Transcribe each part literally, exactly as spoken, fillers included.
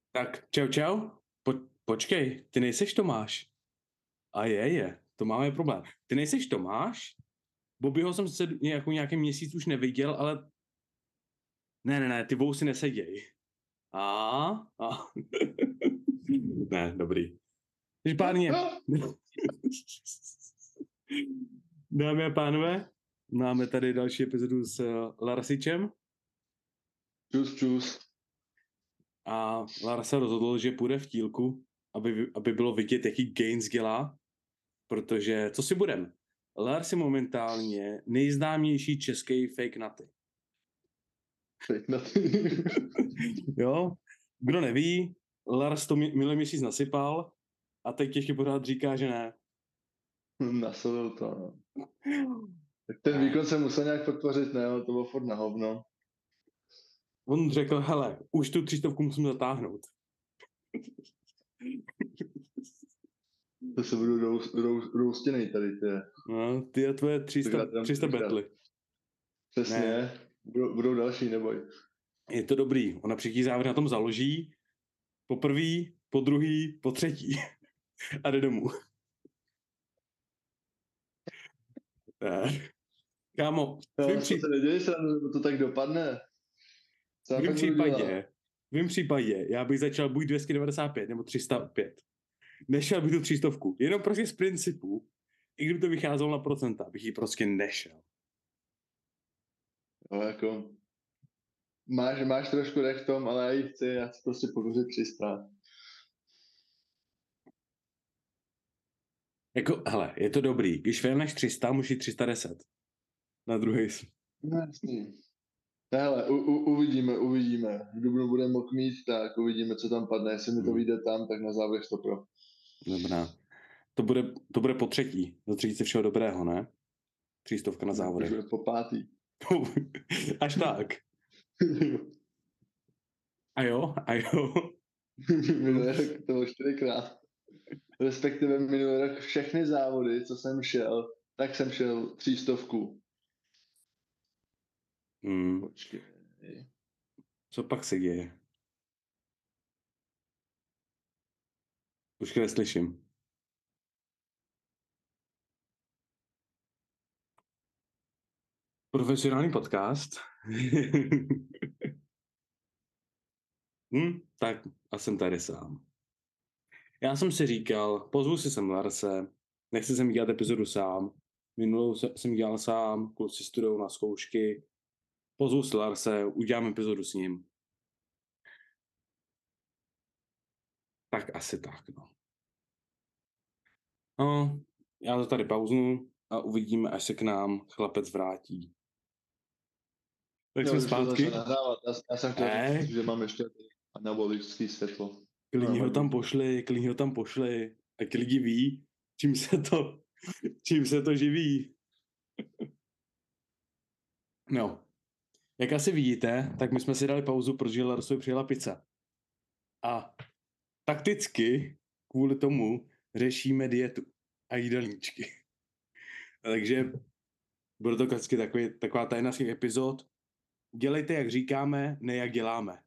Tak čau čau, po, počkej, ty nejseš Tomáš. A je, je, to máme problém. Ty nejseš Tomáš? Bobbyho jsem se nějakou nějaký měsíc už neviděl, ale ne, ne, ne, ty vousy neseděj. A, a. Ne, dobrý. Každopádně, dámy a pánové, máme tady další epizodu s Larsičem. Čus, čus. A Lara se rozhodl, že půjde v tílku, aby, aby bylo vidět, jaký gains dělá, protože, co si budem, Lars je momentálně nejznámější český fake naty. Fake naty. Jo, kdo neví, Lars to minulý měsíc nasypal a teď ještě pořád říká, že ne. Nasolil to, no. Tak ten výkon se musel nějak podpořit, ne, to bylo furt na hovno. On řekl, hele, už tu třistovku musím zatáhnout. To se budu rou, rou, roustěnej tady, ty. No, ty a tvoje tři sta betly. Přesně, budou, budou další, neboj. Je to dobrý, ona příští závěr na tom založí, po prvý, po druhý, po třetí a jde domů. Kámo, no, v co pří... se neděje, se to tak dopadne. V mém případě, v mém případě, já bych začal buď dvě stě devadesát pět nebo tři sta pět. Nešel bych tu třístovku. Jenom prostě z principu, i kdyby to vycházelo na procenta, bych ji prostě nešel. No, jako, máš, máš trošku dech v tom, ale já ji chci, já chci prostě pokořit tři sta. Jako, hele, je to dobrý. Když filmneš tři sta, musí tři sta deset. Na druhý. No, jasný. Hele, u, u, uvidíme, uvidíme. V dubnu bude moc mít, tak uvidíme, co tam padne. Jestli mi to vyjde tam, tak na závěr to pro. Dobrá. To bude, to bude po třetí. Do třetí se všeho dobrého, ne? Třístovka na závodech. To po pátý. Až tak. A jo, a jo. Minulý rok to bylo čtyřikrát. Respektive minulý rok všechny závody, co jsem šel, tak jsem šel třístovku. Hmm. Počkej. Co pak se děje? Už neslyším. Profesionální podcast. hm, tak a jsem tady sám. Já jsem si říkal, pozvu si sem Larse, nechci sem dělat epizodu sám. Minulou jsem dělal sám, kluci studujou na zkoušky. Pozvu si Larse, udělám epizodu s ním. Tak asi tak, no. No, já to tady pauznu a uvidíme, až se k nám chlapec vrátí. Tak jsme zpátky. Já, já jsem chtěl říct, že mám ještě anabolické světlo. Klidně ho tam pošli, klidně ho tam pošli. Ať lidi ví, čím se to, čím se to živí. No. Jak asi vidíte, tak my jsme si dali pauzu, protože Larsovi přijela pizza. A takticky kvůli tomu řešíme dietu a jídelníčky. Takže bude to vždycky takový, taková tajná z těch epizod. Dělejte, jak říkáme, ne jak děláme.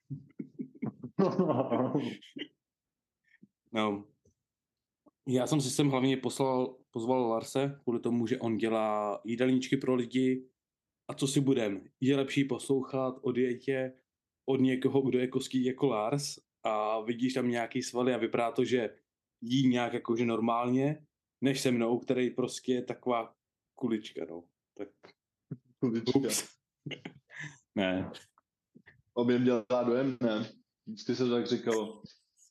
No. Já jsem si sem hlavně poslal, pozval Larse kvůli tomu, že on dělá jídelníčky pro lidi. A co si budem? Je lepší poslouchat o dietě od někoho, kdo je koský jako Lars a vidíš tam nějaký svaly a vypadá to, že jí nějak jakože normálně, než se mnou, který prostě je taková kulička, no. Tak... Kulička. Ups. Ne. Objem dělá dojem, ne? Vždycky se to tak říkalo.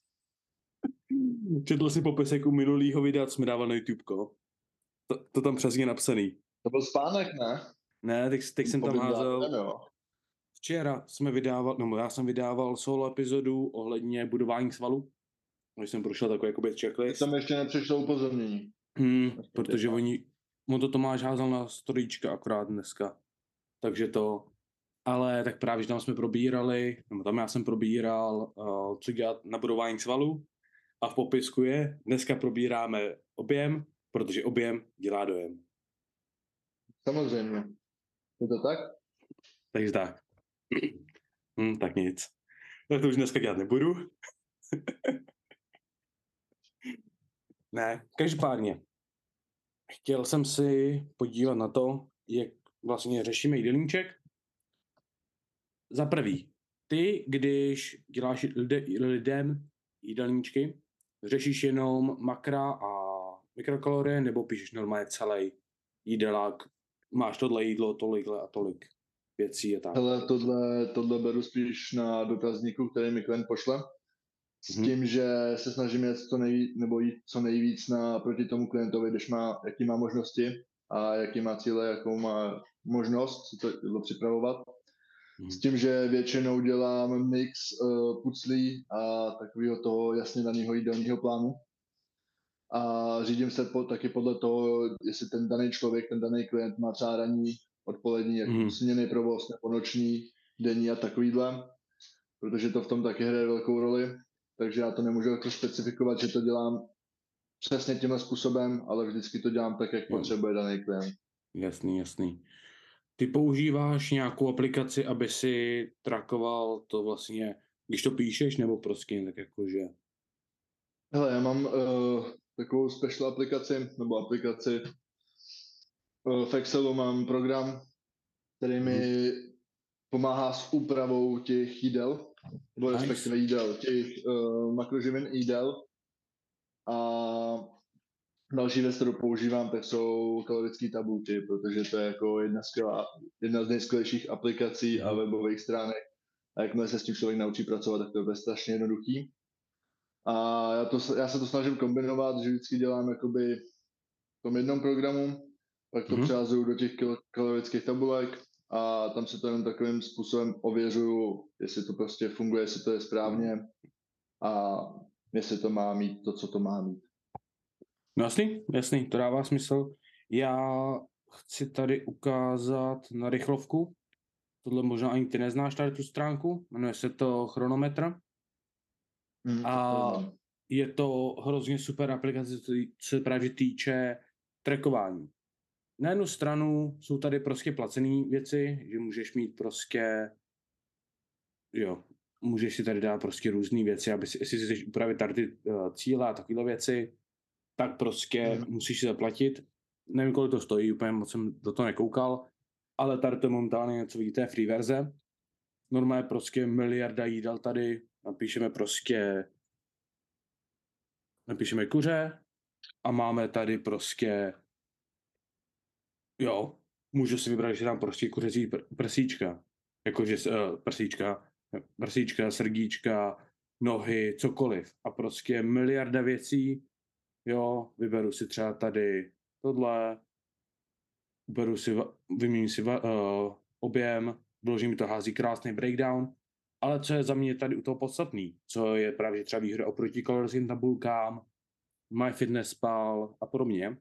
Četl si popisek u minulýho videa, co jsme dával na YouTubeko. To, to tam přesně napsaný. To byl spánek, ne? Ne, teď, teď jsem tam házel... Dojem, Včera jsme vydával, no já jsem vydával solo epizodu ohledně budování svalu. Když jsem prošel takový jakoby checklist. Tam ještě nepřišlo upozornění. Hmm, protože oni, on to Tomáš házel na storíčka akorát dneska. Takže to, ale tak právě, že tam jsme probírali, nebo tam já jsem probíral, uh, co dělat na budování svalu. A v popisku je, dneska probíráme objem, protože objem dělá dojem. Samozřejmě. Je to tak? Takže tak. hm, tak nic. Tak to už dneska dělat nebudu. Ne, každopádně. Chtěl jsem si podívat na to, jak vlastně řešíme jídelníček. Za prvý, ty, když děláš lide, lidem jídelníčky, řešíš jenom makra a mikrokalorie, nebo píšeš normálně celý jídelák, máš tohle jídlo, tolikhle a tolik věcí je tak. Hele, tohle, tohle beru spíš na dotazníku, který mi klient pošle. S Mhm. tím, že se snažím jet co nejvíc, nebo jít co nejvíc na, proti tomu klientovi, když má, jaký má možnosti a jaký má cíle, jakou má možnost si to jídlo připravovat. Mhm. S tím, že většinou dělám mix uh, puclí a takového toho jasně daného jídelního plánu. A řídím se po, taky podle toho, jestli ten daný člověk, ten daný klient má třeba ranní, odpolední, jako Mhm. směnný provoz, nebo noční, denní a takovýhle, protože to v tom taky hraje velkou roli. Takže já to nemůžu jako specifikovat, že to dělám přesně tímhle způsobem, ale vždycky to dělám tak, jak Jo. potřebuje daný klient. Jasný, jasný. Ty používáš nějakou aplikaci, aby si trackoval to vlastně, když to píšeš, nebo prostě tak jakože... Hele, já mám uh, takovou special aplikaci, nebo aplikaci, uh, v Excelu mám program, který mi Mhm. pomáhá s úpravou těch jídel, nebo Nice. respektive jídel, těch uh, makroživin jídel. A další věc, kterou používám, tak jsou kalorické tabulky, protože to je jako jedna, skvělá, jedna z nejskvělejších aplikací a Mhm. webových stránek. A jakmile se s tím člověk naučí pracovat, tak to je strašně jednoduchý. A já, to, já se to snažím kombinovat, že vždycky dělám jakoby v tom jednom programu, pak to Mhm. přehazuju do těch kalorických tabulek a tam se to jenom takovým způsobem ověřuju, jestli to prostě funguje, jestli to je správně a jestli to má mít to, co to má mít. No jasný, jasný, to dává smysl. Já chci tady ukázat na rychlovku. Tohle možná ani ty neznáš tady tu stránku. Jmenuje se to Chronometr. Mm, A je to hrozně super aplikace, co se právě týče trackování. Na jednu stranu jsou tady prostě placené věci, že můžeš mít prostě, jo, můžeš si tady dát prostě různé věci, aby si, jestli si chceš upravit tady ty uh, cíle a takovéhle věci, tak prostě mm. musíš si zaplatit. Nevím, kolik to stojí, úplně moc jsem do toho nekoukal, ale tady to momentálně něco vidíte, free verze. Normálně prostě miliarda jídel tady, napíšeme prostě, napíšeme kuře a máme tady prostě, jo, můžu si vybrat, že tam prostě kuřecí pr- prsíčka, jakože uh, prsíčka, prsíčka, srdíčka, nohy, cokoliv. A prostě miliarda věcí, jo, vyberu si třeba tady tohle, beru si, vyměním si uh, objem, vloží mi to, hází krásný breakdown, ale co je za mě tady u toho podstatný, co je právě třeba výhoda oproti kalorickým tabulkám, MyFitnessPal a podobně,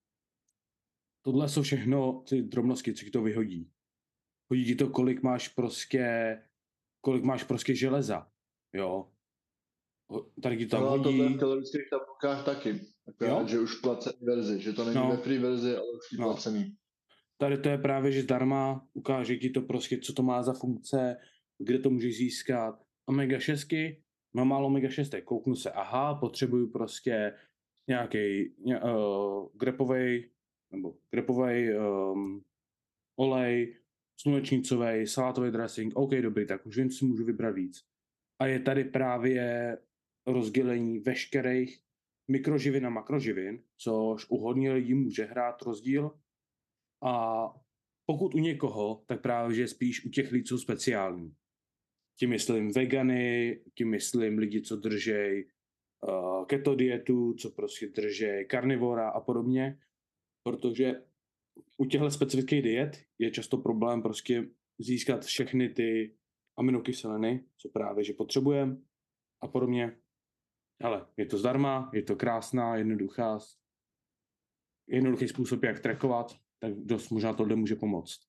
tohle jsou všechno ty drobnosti, co ti to vyhodí. Hodí ti to, kolik máš prostě, kolik máš prostě železa, jo. Tady ti to tam No a tohle hodí. v kalorických tabulkách taky. Akorát, Jo? že už placený verzi, že to není No. ve free verzi, ale už No. placený. Tady to je právě, že zdarma ukáže ti to prostě, co to má za funkce, kde to můžeš získat. Omega šest, mám málo omega šest, kouknu se, aha, potřebuju prostě nějaký uh, grepovej, nebo grepovej um, olej, slunečnicový, salátový dressing, OK, dobrý, tak už jen si můžu vybrat víc. A je tady právě rozdělení veškerých mikroživin a makroživin, což u hodně lidí může hrát rozdíl. A pokud u někoho, tak právě, že spíš u těch lidí jsou speciální. Tím myslím vegany, tím myslím lidi, co držej uh, keto dietu, co prostě držej karnivora a podobně, protože u těchto specifických diet je často problém prostě získat všechny ty aminokyseliny, co právě, že potřebujeme a podobně. Ale je to zdarma, je to krásná, jednoduchá, jednoduchý způsob, jak trackovat, tak dost možná tohle může pomoct.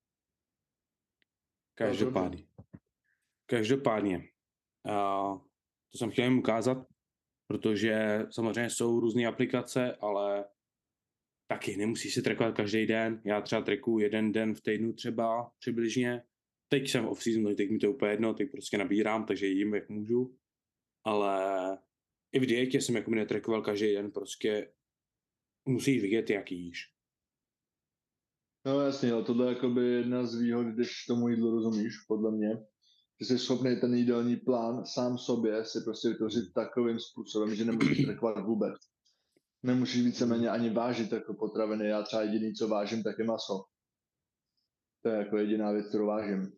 Každopádně. Každopádně. Uh, to jsem chtěl jim ukázat, protože samozřejmě jsou různé aplikace, ale taky nemusíš si trackovat každý den. Já třeba trackuju jeden den v týdnu třeba přibližně, teď jsem off-season, teď mi to je úplně jedno, teď prostě nabírám, takže jím, jak můžu. Ale i v dietě jsem jako netrackoval každý den, prostě musíš vidět, jak jíš. No jasně, ale tohle je jakoby jedna z výhod, když tomu jídlu rozumíš, podle mě. Že jsi schopný ten jídelní plán sám sobě si prostě vytvořit takovým způsobem, že nemusíš trackovat vůbec. Nemusíš víceméně ani vážit jako potraviny. Já třeba jediný, co vážím, tak je maso. To je jako jediná věc, kterou vážím.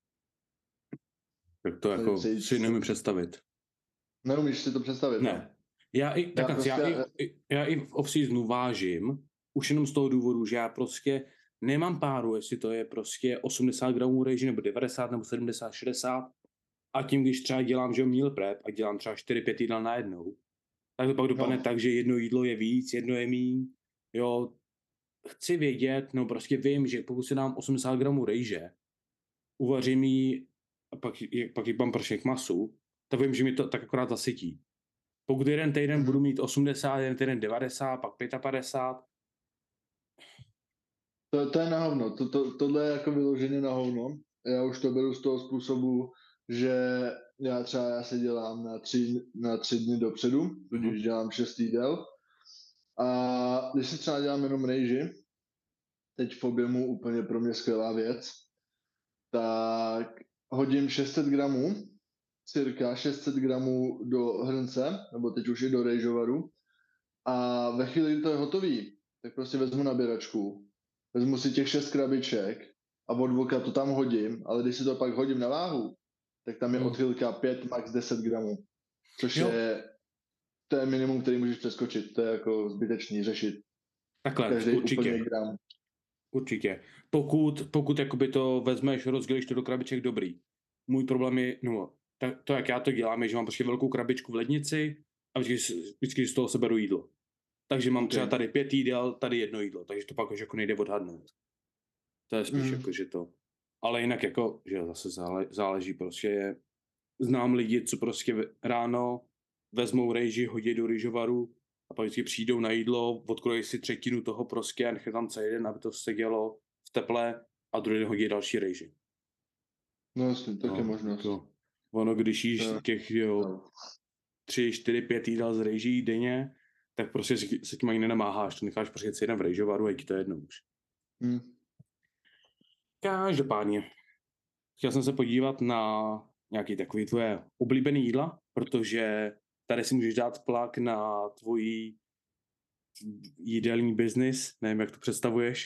Tak to jako Přejít si z- nemůžu představit. Neumíš si to představit, no? Ne. Já i, tak Já já, prostě- já, i, já i v off-seasonu vážím, už jenom z toho důvodu, že já prostě nemám páru, jestli to je prostě osmdesát gramů rejži, nebo devadesát, nebo sedmdesát, šedesát. A tím, když třeba dělám, že meal prep a dělám třeba čtyři pět jídel najednou, tak to pak dopadne No. tak, že jedno jídlo je víc, jedno je míň. Jo, chci vědět, no prostě vím, že pokud si dám osmdesát gramů rejže, uvařím ji a pak, pak ji mám pršek masu, tak vím, že mi to tak akorát zasytí. Pokud jeden týden Mhm. budu mít osmdesát, jeden týden devadesát, pak padesát pět. To, to je na hovno. To, to, tohle je jako vyloženě na hovno. Já už to beru z toho způsobu, že já třeba já si dělám na tři, na tři dny dopředu, tudíž Mhm. dělám šest jídel. A když si třeba dělám jenom rejži, teď v objemu úplně pro mě skvělá věc, tak hodím šest set gramů, cirka šest set gramů do hrnce, nebo teď už i do rejžovaru. A ve chvíli, kdy to je hotový, tak prostě vezmu nabíračku, vezmu si těch šest krabiček a od voka to tam hodím, ale když si to pak hodím na váhu, tak tam je Hmm. odchylka pět, max deset gramů. Což Jo. je, to je minimum, který můžeš přeskočit. To je jako zbytečný řešit. Takhle, Každý určitě. úplně gram. Určitě. Pokud, pokud jakoby to vezmeš, rozdělíš to do krabiček, dobrý. Můj problém je, no, tak, to, jak já to dělám, je, že mám prostě velkou krabičku v lednici a vždycky, vždycky z toho seberu jídlo. Takže mám třeba Okay. tady pět jídel, tady jedno jídlo, takže to pak už jako nejde odhadnout. To je spíš Mm. jako, že to. Ale jinak jako, že zase zále, záleží prostě. Znám lidi, co prostě ráno vezmou rejži, hodí do rýžovaru a pak vždycky přijdou na jídlo, odkrojí si třetinu toho prostě a nechají tam celý den, aby to sedělo v teple a druhý den hodí další rejži. No jasně, tak no, je možnost. Jako, ono, když jíš To- těch jo, No. tři, čtyři, pět jídel z rejží denně, tak prostě se, se tím ani nenamáháš, to necháš prostě si jeden v rejžovaru a je ti to jedno už. Mm. Každopádně, chtěl jsem se podívat na nějaký takový tvoje oblíbený jídla, protože tady si můžeš dát plak na tvojí jídelní biznis, nevím, jak to představuješ.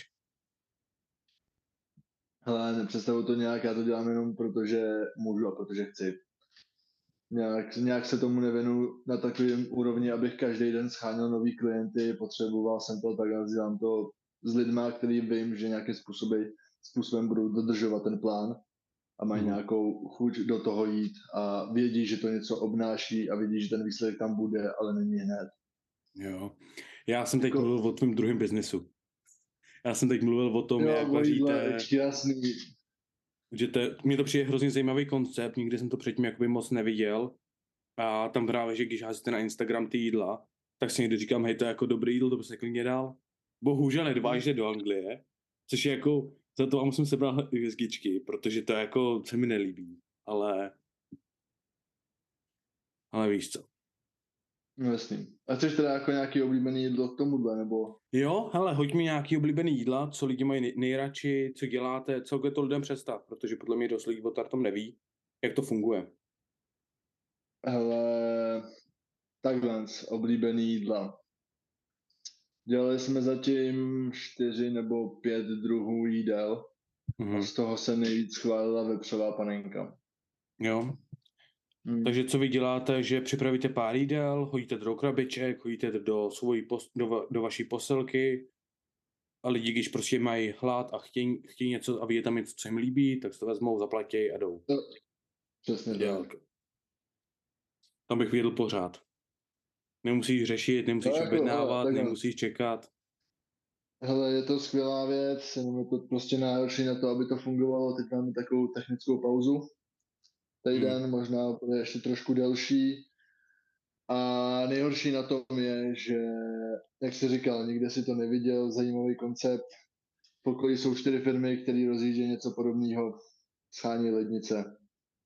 Hele, nepředstavuji to nějak, já to dělám jenom protože můžu a protože chci. Nějak, nějak se tomu nevěnu na takovém úrovni, abych každý den scháněl nový klienty, potřeboval jsem to, tak já dělám to s lidma, který vím, že nějakým způsobem, způsobem budou dodržovat ten plán a mají Mhm. nějakou chuť do toho jít a vědí, že to něco obnáší a vědí, že ten výsledek tam bude, ale není hned. Jo. Já jsem teď Jako- mluvil o tvém druhém biznisu. Já jsem teď mluvil o tom, Jo, jak o jídle, vaříte, jasný. že to, mně to přijde hrozně zajímavý koncept, nikdy jsem to předtím jakoby moc neviděl. A tam právě, že když házíte na Instagram ty jídla, tak si někdy říkám, hej, to je jako dobrý jídlo, to by se klidně dal. Bohužel nedvážíte do Anglie, což je jako, za to vám musím sebrat hvězdičky, protože to jako se mi nelíbí, ale, ale víš co. No jasný. A chceš teda jako nějaký oblíbený jídlo k tomuhle, nebo? Jo, hele, hoď mi nějaký oblíbený jídla, co lidi mají nej- nejradši, co děláte, co je to lidem představ, protože podle mě dost lidí o tom neví, jak to funguje. Hele, takhle, oblíbený jídla. Dělali jsme zatím čtyři nebo pět druhů jídel a Mhm. z toho se nejvíc chválila vepřová panenka. Jo, Hmm. takže co vy děláte, že připravíte pár jídel, hodíte to do krabiček, hodíte to do, svojí pos, do, va- do vaší posilky a lidi, když prostě mají hlad a chtějí, chtějí něco a vidí tam něco, co jim líbí, tak si to vezmou, zaplatí a jdou. Přesně tak. Dělat. Tam bych věděl pořád. Nemusíš řešit, nemusíš No jako, objednávat, hele, takhle. nemusíš čekat. Hele, je to skvělá věc, jenom je to prostě náročné na to, aby to fungovalo. Teď máme takovou technickou pauzu. Týden, hmm. možná bude ještě trošku delší. A nejhorší na tom je, že, jak jsi říkal, nikde si to neviděl, zajímavý koncept. V okolí jsou čtyři firmy, které rozjíždějí něco podobného. schání lednice.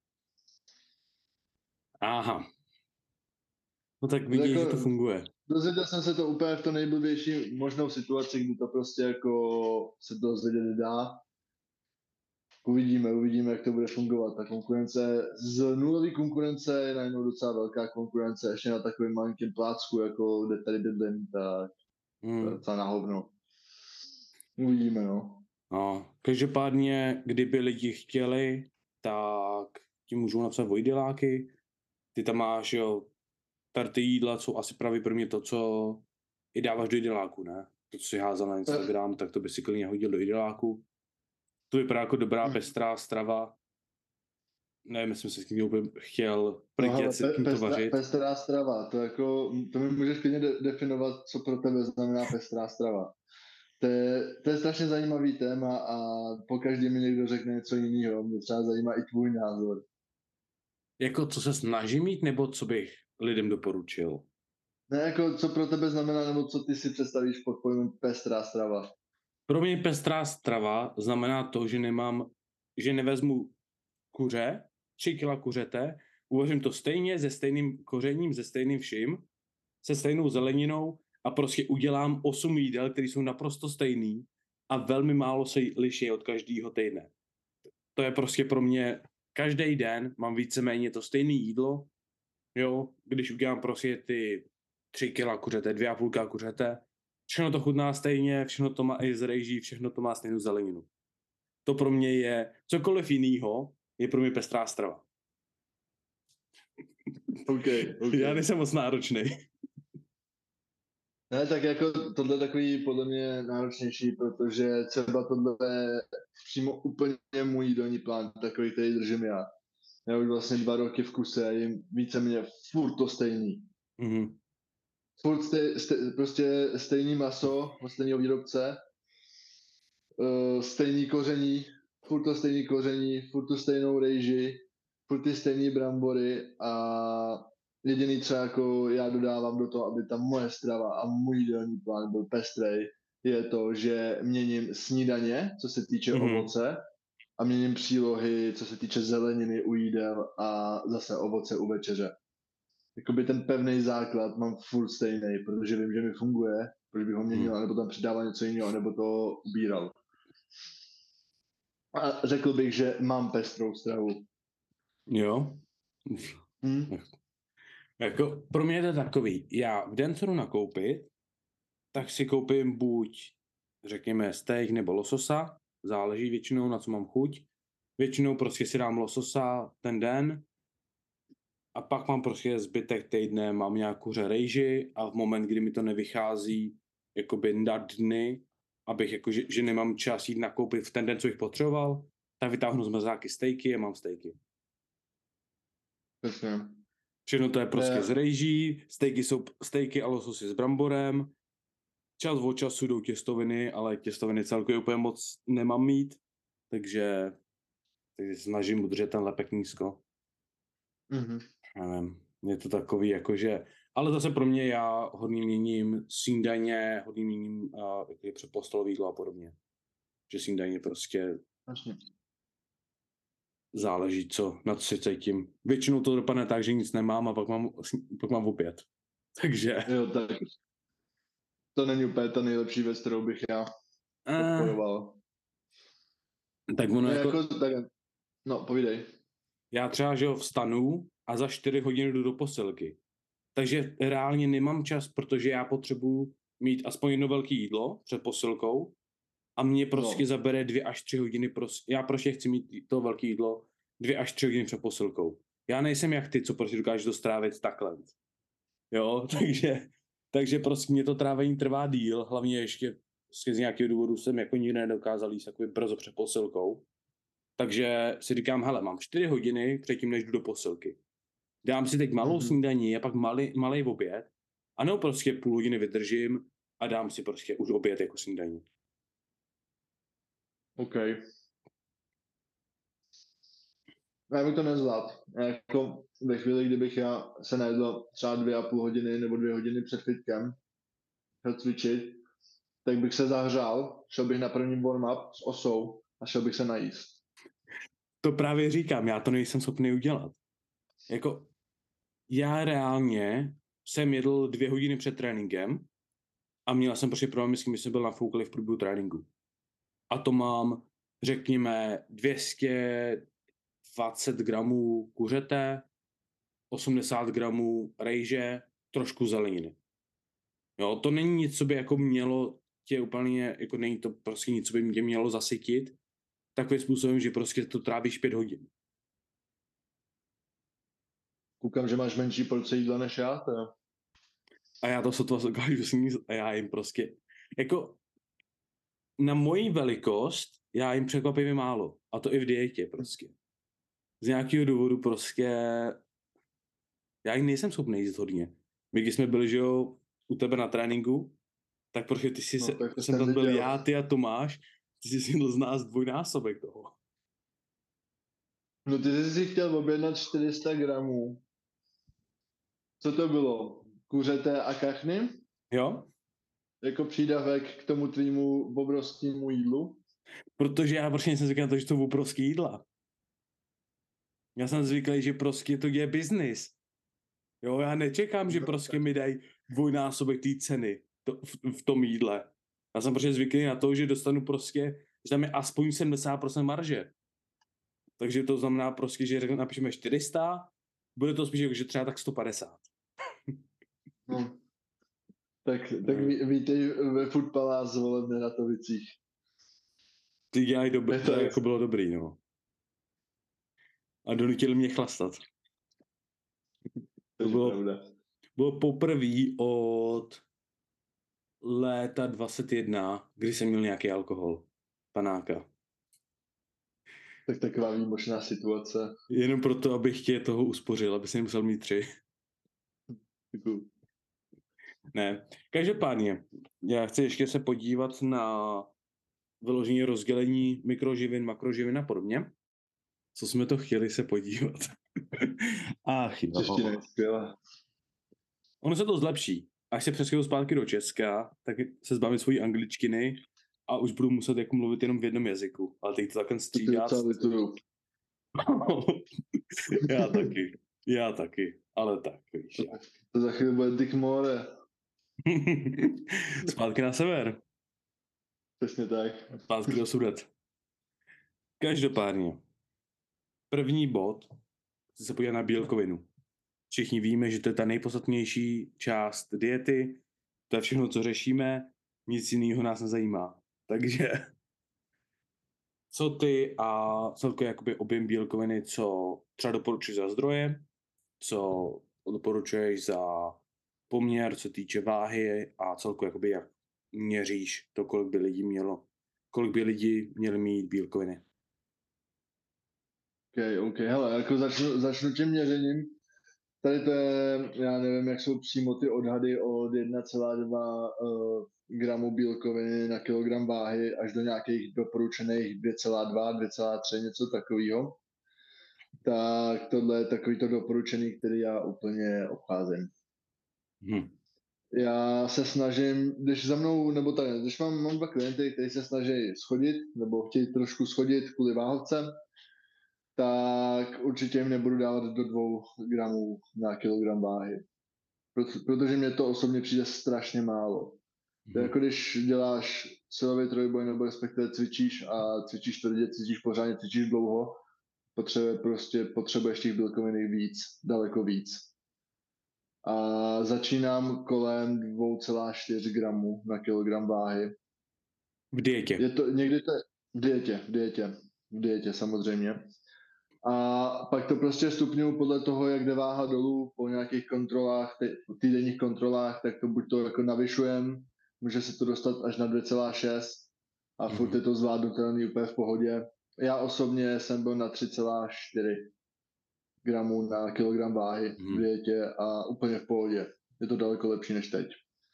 Aha. No tak To vidíš, jako, že to funguje. dozvěděl jsem se to úplně v to nejblbější možnou situaci, kdy to prostě jako se dozvědět nedá. Uvidíme, uvidíme, jak to bude fungovat. Ta konkurence, z nulové konkurence je najednou docela velká konkurence, ještě na takovém malinkém plácku, jako kde tady bydlím, tak to je Hmm. docela na hovno. Uvidíme, no. No, každopádně, kdyby lidi chtěli, tak ti můžou napsat vojděláky. Ty tam máš, jo, tady ty jídla jsou asi právě pro mě to, co i dáváš do jídeláku, ne? To, co si házal na Instagram, tak to by si klidně hodil do jídeláku. To vypadá jako dobrá, Hmm. pestrá strava. Nevím, jestli jsem si s tím úplně chtěl No, hele, prdět se pe, tímto pestra, vařit. pestrá strava, to jako, to mi můžeš klidně de, definovat, co pro tebe znamená pestrá strava. To je, to je strašně zajímavý téma a pokaždé mi někdo řekne něco jiného. Mě třeba zajímá i tvůj názor. Jako, co se snažím mít, nebo co bych lidem doporučil? Ne, jako, co pro tebe znamená, nebo co ty si představíš pod pojmem pestrá strava. Pro mě pestrá strava znamená to, že nemám, že nevezmu kuře, tři kila kuřete, uvařím to stejně, se stejným kořením, se stejným vším, se stejnou zeleninou a prostě udělám osm jídel, které jsou naprosto stejný a velmi málo se liší od každého týdne. To je prostě pro mě, každý den mám víceméně to stejné jídlo, jo, když udělám prostě ty tři kila kuřete, dvě a půl kila kuřete, všechno to chutná stejně, všechno to má i z rejží, všechno to má stejnou zeleninu. To pro mě je, cokoliv jinýho, je pro mě pestrá strava. Okay, okay. Já nejsem moc náročný. Ne, tak jako tohle je takový podle mě náročnější, protože třeba tohle je přímo úplně můj jídelní plán, takový, který držím já. Já už vlastně dva roky v kuse a jim víceméně furt to stejný. Mm-hmm. Furt stej, stej, prostě stejný maso od stejného výrobce, uh, stejný koření, furt to stejný koření, furt tu stejnou rejži, furt ty stejný brambory a jediný, co jako já dodávám do toho, aby ta moje strava a můj jídelní plán byl pestrej, je to, že měním snídaně, co se týče Mm-hmm. ovoce, a měním přílohy, co se týče zeleniny u jídel a zase ovoce u večeře. Jakoby ten pevný základ mám furt stejný, protože vím, že mi funguje, proč bych ho měnil, Mm. nebo tam přidával něco jiného, nebo to ubíral. A řekl bych, že mám pestrou stravu. Jo. Hmm? Jako, pro mě je to takový, já v den, co jdu nakoupit, tak si koupím buď, řekněme, steak nebo lososa, záleží většinou, na co mám chuť. Většinou prostě si dám lososa ten den a pak mám prostě zbytek týdne, mám nějakou kuře rejži a v moment, kdy mi to nevychází jakoby na dny, abych jako, že, že nemám čas jít nakoupit v ten den, co bych potřeboval, tak vytáhnu z mrazáky stejky a mám stejky. Přesně. Všechno to je prostě Ne. z rejží, stejky jsou stejky a lososy s bramborem. Čas od času jdou těstoviny, ale těstoviny celkově úplně moc nemám mít, takže, takže snažím udržet ten lepek nízko. Mm-hmm. Nevím, je to takový jakože, ale zase pro mě já hodně měním snídaně, hodně měním uh, předpostolový jídlo a podobně. Že snídaně prostě Vlastně. záleží, co, na co si cítím. Většinou to dopadne tak, že nic nemám a pak mám, pak mám opět. Takže... Jo, tak to není úplně ta nejlepší věc, kterou bych já podporoval. Uh, tak ono ne, jako... jako tak, no, povídej. Já třeba, že ho vstanu a za čtyři hodiny jdu do posilky. Takže reálně nemám čas, protože já potřebuji mít aspoň jedno velké jídlo před posilkou a mě prostě no. zabere dvě až tři hodiny. Pros... Já prostě chci mít to velké jídlo dvě až tři hodiny před posilkou. Já nejsem jak ty, co prostě dokážeš to strávit takhle. Jo, takže, takže prostě mě to trávení trvá díl, hlavně ještě z nějakého důvodu jsem jako nikdy nedokázal jíst takový brzo před posilkou. Takže si říkám, hele, mám čtyři hodiny předtím, než jdu do posilky. Dám si teď malou mm-hmm. snídaní a pak malý, malý oběd, a nebo prostě půl hodiny vydržím a dám si prostě už oběd jako snídaní. OK. Já bych to nezvládl. Jako ve chvíli, kdybych já se najedl třeba dvě a půl hodiny nebo dvě hodiny před fitkem, chtěl cvičit, tak bych se zahřál, šel bych na první warm-up s osou a šel bych se najíst. To právě říkám, já to nejsem schopný udělat. Jako, já reálně jsem jedl dvě hodiny před tréninkem a měl jsem prostě problém, s kým jsem byl nafoukli v průběhu tréninku. A to mám, řekněme, dvě stě dvacet gramů kuřete, osmdesát gramů rejže, trošku zeleniny. Jo, to není nic, co by jako mělo tě úplně, jako není to prostě nic, co by mě mělo zasytit, takovým způsobem, že prostě to trávíš pět hodin. Koukám, že máš menší porce jídla než já, to jo. A já to sotva dokážu sníst a já jim prostě, jako na moji velikost, já jim překvapivě málo. A to i v dietě prostě. Z nějakého důvodu prostě, já jim nejsem schopný jíst hodně. My, když jsme byli, že jo, u tebe na tréninku, tak protože ty jsi, No, se, tak to jsem jsem tam byl viděl. já, ty a Tomáš, ty jsi si z nás dvojnásobek toho. No ty jsi si chtěl objednat čtyři sta gramů. Co to bylo? Kuřete a kachny? Jo? Jako přídavek k tomu tvýmu obrovskému jídlu? Protože já prostě jsem zvyklý na to, že to jsou obrovský jídla. Já jsem zvyklý, že prostě to je business. Jo, já nečekám, že No, prostě tak. mi dají dvojnásobek té ceny to, v, v tom jídle. Já jsem prostě zvyklý na to, že dostanu prostě, že tam je aspoň sedmdesát procent marže. Takže to znamená prostě, že napíšeme čtyři sta, bude to spíš jako, že třeba tak sto padesát. No. Tak, tak No. ví, vítej ve Food Palace, vole, v Neratovicích. Ty dělají dobrý, Je to to jak- jako bylo dobrý, no. A donutili mě chlastat. To To je bylo, pravda. bylo poprvé od léta dvacet jedna, kdy jsem měl nějaký alkohol. Panáka. Tak taková výjimečná situace. Jenom proto, abych tě toho uspořil, aby si nemusel mít tři. Děkuju. Ne. Každopádně, já chci ještě se podívat na vyložení rozdělení mikroživin, makroživin a podobně. Co jsme to chtěli se podívat. Ach jo. Čeština je skvělá. Ono se to zlepší. Až se přeskynou zpátky do Česka, tak se zbavím svojí angličtiny a už budu muset jako mluvit jenom v jednom jazyku. Ale teď to takhle To ty střídat. docela lituju. Já taky. Já taky. Ale tak, víš. Jak. To za chvíli bude Dick More. Zpátky na sever. Přesně tak. Zpátky do Sudet. Každopádně. První bod. Chci se podívat na bílkovinu. Všichni víme, že to je ta nejpodstatnější část diety. To je všechno, co řešíme. Nic jiného nás nezajímá. Takže co ty a celkově jakoby objem bílkoviny, co třeba doporučuješ za zdroje, co doporučuješ za poměr, co týče váhy a celkově jakoby jak měříš to, kolik by lidí mělo, kolik by lidi měli mít bílkoviny. OK, OK, hele, jako začnu, začnu tím měřením. Tady to je, já nevím, jak jsou přímo ty odhady od jedna celá dva uh, gramu bílkoviny na kilogram váhy až do nějakých doporučených dvě celá dva, dvě celá tři, něco takového. Tak tohle je takový to doporučený, který já úplně obcházím. Hm. Já se snažím, když za mnou, nebo tak, když mám, mám dva klienty, kteří se snaží schodit, nebo chtějí trošku schodit kvůli váhovce, tak určitě jim nebudu dávat do dvou gramů na kilogram váhy. Protože mě to osobně přijde strašně málo. To je jako když děláš silový trojboj nebo respektive cvičíš a cvičíš tvrdě, cvičíš pořádně, cvičíš dlouho, potřebuje prostě, potřebuješ těch bílkovin víc, daleko víc. A začínám kolem dvě celá čtyři gramu na kilogram váhy. V dietě. Je to, někdy to je v dietě, v dietě, v dietě samozřejmě. A pak to prostě stupňuju podle toho, jak jde váha dolů po nějakých kontrolách, týdenních kontrolách, tak to buď to jako navyšujem, může se to dostat až na dvě celá šest a mm-hmm. furt je to zvládnutelný úplně v pohodě. Já osobně jsem byl na tři celá čtyři gramů na kilogram váhy mm-hmm. v dietě a úplně v pohodě. Je to daleko lepší než teď.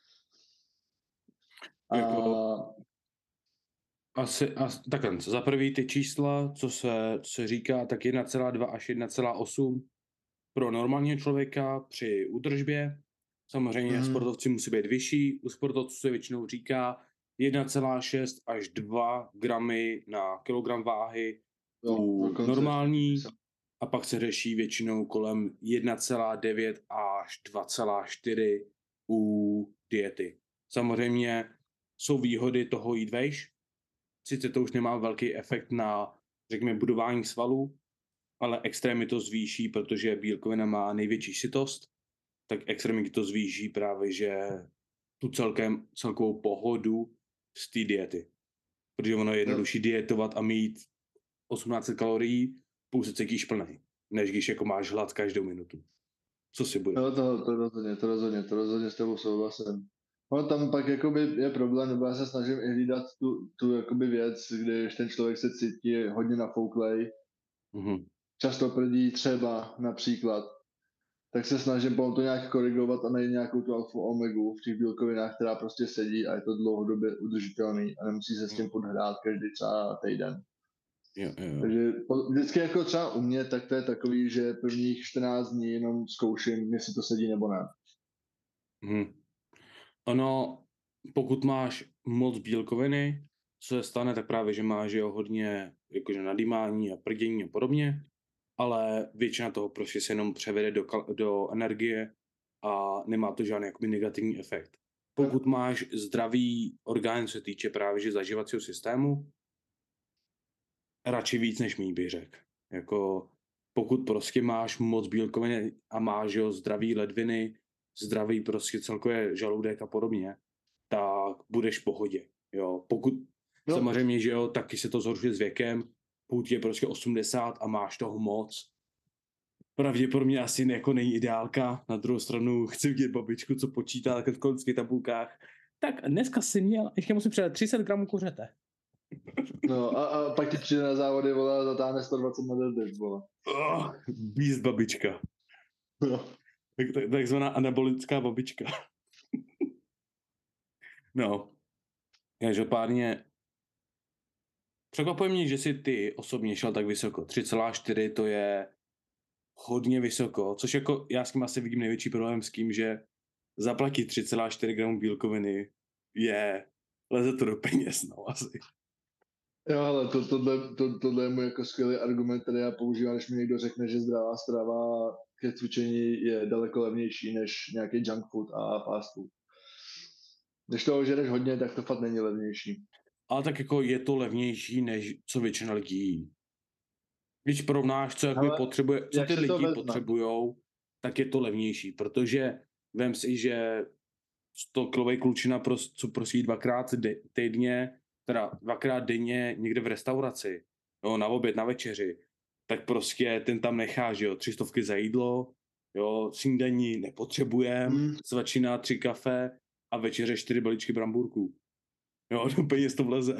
Jako... A... Asi, as, takhle, za prvý ty čísla, co se, co se říká, tak jedna celá dva až jedna celá osm pro normálního člověka při údržbě. Samozřejmě mm. sportovci musí být vyšší, u sportovců se většinou říká jedna celá šest až dva gramy na kilogram váhy No, u dokonce. normální a pak se řeší většinou kolem jedna celá devět až dva celá čtyři u diety. Samozřejmě jsou výhody toho jít vejš, sice to už nemá velký efekt na, řekněme, budování svalů, ale extrémně to zvýší, protože bílkovina má největší sytost, tak extrémně to zvýší právě, že tu celkem, celkovou pohodu z té diety. Protože ono je jednodušší dietovat a mít osmnáct set kalorií, pouze cítíš plnej, než když jako máš hlad každou minutu. Co si bude? No to, to rozhodně, to rozhodně, to rozhodně s tebou souhlasím. No tam pak jakoby je problém, nebo já se snažím i hlídat tu, tu jakoby věc, když ten člověk se cítí hodně nafouklej, Mhm. často prdí třeba například, tak se snažím potom to nějak korigovat a najít nějakou tu alfu omegu v těch bílkovinách, která prostě sedí a je to dlouhodobě udržitelný a nemusí se s tím podhrát každý třeba týden. Jo, jo, jo. Takže po- vždycky jako třeba u mě, tak to je takový, že prvních čtrnáct dní jenom zkouším, jestli to sedí nebo ne. Mhm. Ono, pokud máš moc bílkoviny, co se stane, tak právě, že máš jo, hodně jakože nadýmání a prdění a podobně, ale většina toho prostě se jenom převede do, kal- do energie a nemá to žádný jakoby negativní efekt. Pokud máš zdravý orgán, co se týče právě že zažívacího systému, radši víc než míň bych řekl. Jako pokud prostě máš moc bílkoviny a máš jo, zdravý ledviny, zdravý prostě celkově žaludek a podobně, tak budeš v pohodě. Jo. Pokud No. samozřejmě, že jo, taky se to zhoršuje s věkem, pokud je prostě osmdesát a máš toho moc, pravděpodobně asi jako není ideálka. Na druhou stranu chci vidět babičku, co počítá takhle v kolonských tabulkách. Tak dneska si měl, ještě musím předat třicet gramů kuřete. No a, a pak ti přijde na závody, vole, a zatáhne sto dvacet na deadlift, vole. Oh, beast babička. No. Tak, tak, takzvaná anabolická babička. No. Každopádně překvapuje mě, že si ty osobně šel tak vysoko. tři celá čtyři to je hodně vysoko, což jako já s tím asi vidím největší problém s tím, že zaplatit tři celá čtyři gramů bílkoviny je, leze to do peněz, no asi. Jo, ale to, tohle, to, tohle je můj jako skvělý argument, který já používám, když mi někdo řekne, že zdravá strava ke cvičení je daleko levnější než nějaký junk food a fast food. Když toho žereš hodně, tak to fakt není levnější. Ale tak jako je to levnější, než co většina lidí jí. Když porovnáš, co, jakoby Ale potřebuje, co jak ty se to lidi vezme? potřebujou, tak je to levnější, protože vem si, že sto kilovej klučina, pros, co prosí dvakrát de, týdně, teda dvakrát denně někde v restauraci, jo, na oběd, na večeři, tak prostě ten tam nechá, že jo, tři stovky za jídlo, jo, snídaní nepotřebujem, Hmm. svačina, tři kafe a večeře čtyři balíčky brambůrků. Jo, do peněz to vleze.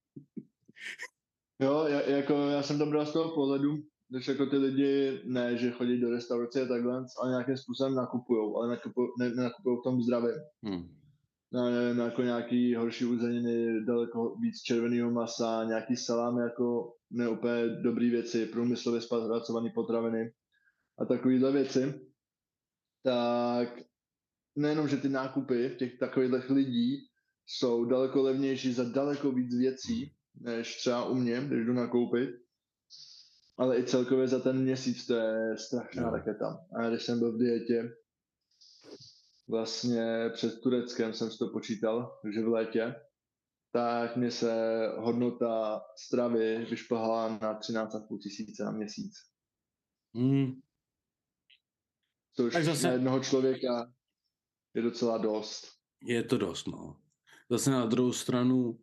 Jo, já, jako já jsem tam bral z toho pohledu, když jako ty lidi ne, že chodí do restaurace a takhle, ale nějakým způsobem nakupujou, ale nakupují, ne, nenakupují v tom zdravě. Hmm. Na, na jako nějaký horší uzeniny, daleko víc červeného masa, nějaký salámy jako neúplně dobrý věci, průmyslově zpracované potraviny a takovéhle věci, tak nejenom, že ty nákupy těch takových lidí jsou daleko levnější za daleko víc věcí, než třeba u mě, když jdu nakoupit, ale i celkově za ten měsíc to je strašná Jo. raketa. A když jsem byl v dietě, vlastně před Tureckem jsem si to počítal, že v létě, tak mi se hodnota stravy vyšplhala na třináct a půl tisíce na měsíc. Hmm. Což Tak zase na jednoho člověka je docela dost. je to dost, no. Zase na druhou stranu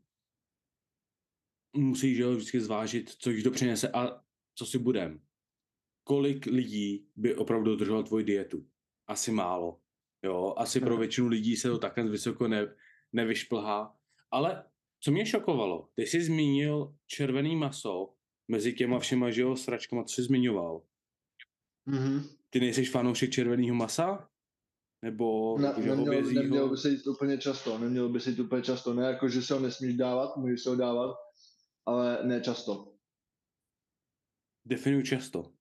musíš jo, vždycky zvážit, co ti to přinese a co si budem. Kolik lidí by opravdu dodrželo tvoji dietu? Asi málo. Jo, asi pro většinu lidí se to takhle vysoko ne, nevyšplhá. Ale co mě šokovalo, ty jsi zmínil červený maso mezi těma všema, že jo, sračkama, co jsi zmiňoval. Mm-hmm. Ty nejseš fanoušek červeného masa? Nebo Ne, jakože neměl, hovězího? neměl by se jít úplně často, neměl by se jít úplně často. Ne jako, že se ho nesmíš dávat, můžeš se ho dávat, ale ne často. Definuj často.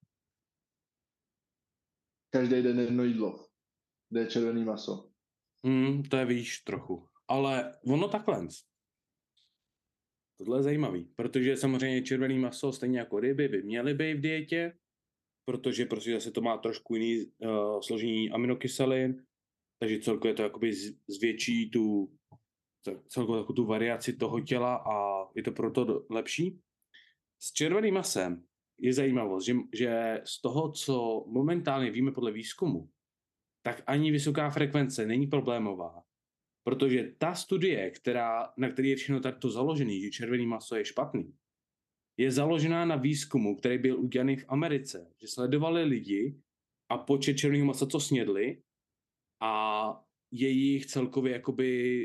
Každý den jedno jídlo, kde je červený maso. Hmm, to je víš trochu. Ale ono takhle. Tohle je zajímavý, protože samozřejmě červený maso, stejně jako ryby, by měly být v dietě, protože prostě zase to má trošku jiný uh, složení aminokyselin, takže celkově to jakoby zvětší tu celkově jako tu variaci toho těla a je to proto lepší. S červeným masem je zajímavost, že, že z toho, co momentálně víme podle výzkumu, tak ani vysoká frekvence není problémová, protože ta studie, která, na který je všechno takto založený, že červený maso je špatný, je založená na výzkumu, který byl udělaný v Americe, že sledovali lidi a počet červeného masa, co snědli a jejich celkově jakoby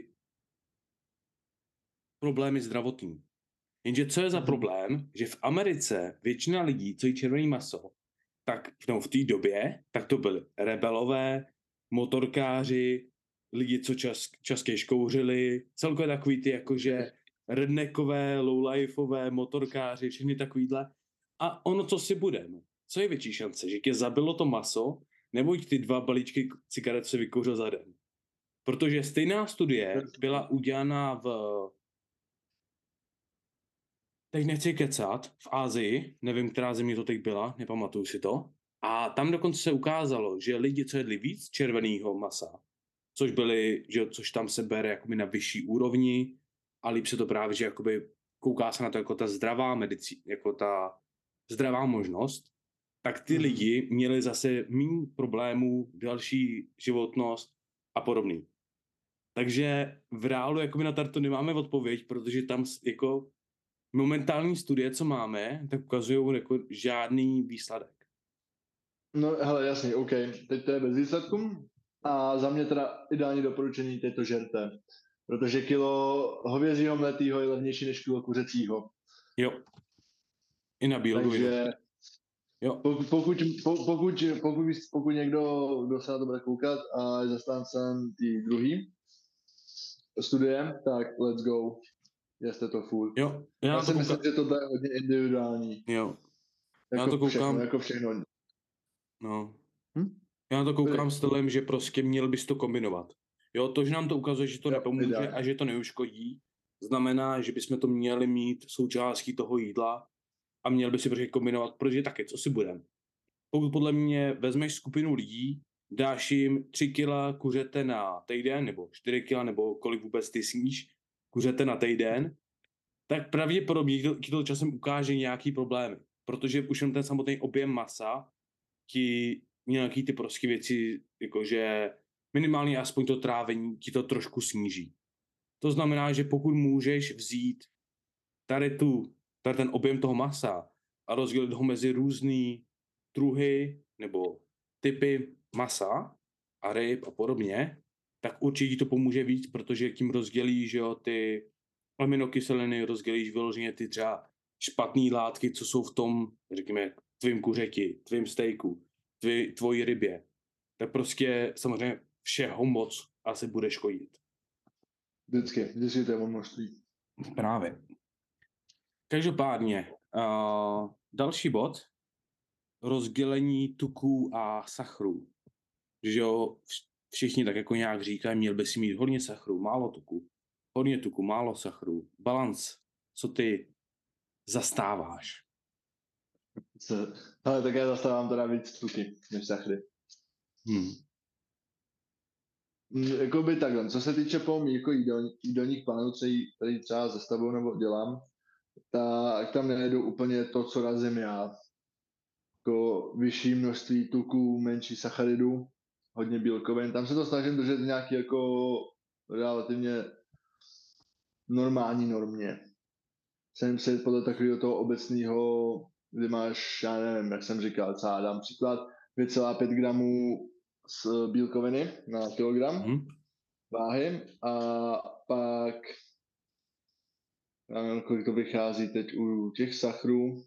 problémy zdravotní. Jenže co je za problém, že v Americe většina lidí, co jí červený maso, tak no, v té době, tak to byli rebelové, motorkáři, lidi, co čas, častěji kouřili, celkově takový ty jakože redneckové, lowlifeové, motorkáři, všechny takovýhle. A ono, co si budeme? Co je větší šance, že tě zabilo to maso, nebo ty dva balíčky cigaret se vykouřil za den? Protože stejná studie byla udělána v teď nechci kecat, v Asii, nevím, která země to teď byla, nepamatuju si to, a tam dokonce se ukázalo, že lidi, co jedli víc červeného masa, což byli, že, což tam se bere jakoby na vyšší úrovni a líp se to právě, že jakoby kouká se na to jako ta zdravá medicína, jako ta zdravá možnost, tak ty mm. lidi měli zase méně problémů, další životnost a podobný. Takže v reálu jakoby na to nemáme odpověď, protože tam jako momentální studie, co máme, tak ukazují jako žádný výsledek. No hele, jasně, OK. Teď to je bez výsledku a za mě teda ideální doporučení této žerte. Protože kilo hovězího mletýho je levnější než kilo kuřecího. Jo. I na bílkovinu. Takže jo. Pokud, pokud, pokud, pokud, pokud někdo, kdo se na to bude koukat a je zastáncem tý druhý studie, tak let's go. Jeste to furt. Jo. Já, já to si kouka... myslím, že to je hodně individuální. Jo. Jako Já to koukám. Všechno, jako všechno. No. Hm? Já na to koukám stylem, že prostě měl bys to kombinovat. Jo, to, že nám to ukazuje, že to jo, nepomůže ideálně. A že to neuškodí, znamená, že bychom to měli mít součástí toho jídla a měl by si prostě kombinovat, protože taky, co si budem. Pokud podle mě vezmeš skupinu lidí, dáš jim tři kila kuřete na týden, nebo čtyři kila, nebo kolik vůbec ty sníš kuřete na týden, tak pravděpodobně ti to časem ukáže nějaký problémy. Protože už jen ten samotný objem masa ti nějaký ty prostě věci, jakože minimálně aspoň to trávení ti to trošku sníží. To znamená, že pokud můžeš vzít tady, tu, tady ten objem toho masa a rozdělit ho mezi různý druhy nebo typy masa a ryb a podobně, tak určitě to pomůže víc, protože tím rozdělíš, že jo, ty aminokyseliny, rozdělíš vyloženě ty třeba špatné látky, co jsou v tom, řekněme, tvým kuřeti, tvým stejku, tvý, tvojí rybě. Tak prostě samozřejmě všeho moc asi bude škodit. Vždycky, vždycky to je množství. Právě. Každopádně, uh, další bod, rozdělení tuků a sachrů. Že jo, všichni tak jako nějak říkají, měl by si mít hodně sachrů, málo tuků, hodně tuků, málo sachrů, balans, co ty zastáváš? Ale tak já zastávám teda víc tuky než sachry. Hmm. Jakoby takhle, co se týče po jako jídelních plánů, který třeba zestavuju nebo dělám, tak tam nejedu úplně to, co razím já. Jako vyšší množství tuků, menší sacharidů, hodně bílkovin. Tam se to snažím držet nějaký jako relativně normální normě. Jsem se podle takového toho obecného, kdy máš, já nevím, jak jsem říkal, třeba dám příklad, dvě celá pět gramů z bílkoviny na kilogram hmm. váhy a pak já nevím, kolik to vychází teď u těch sachrů.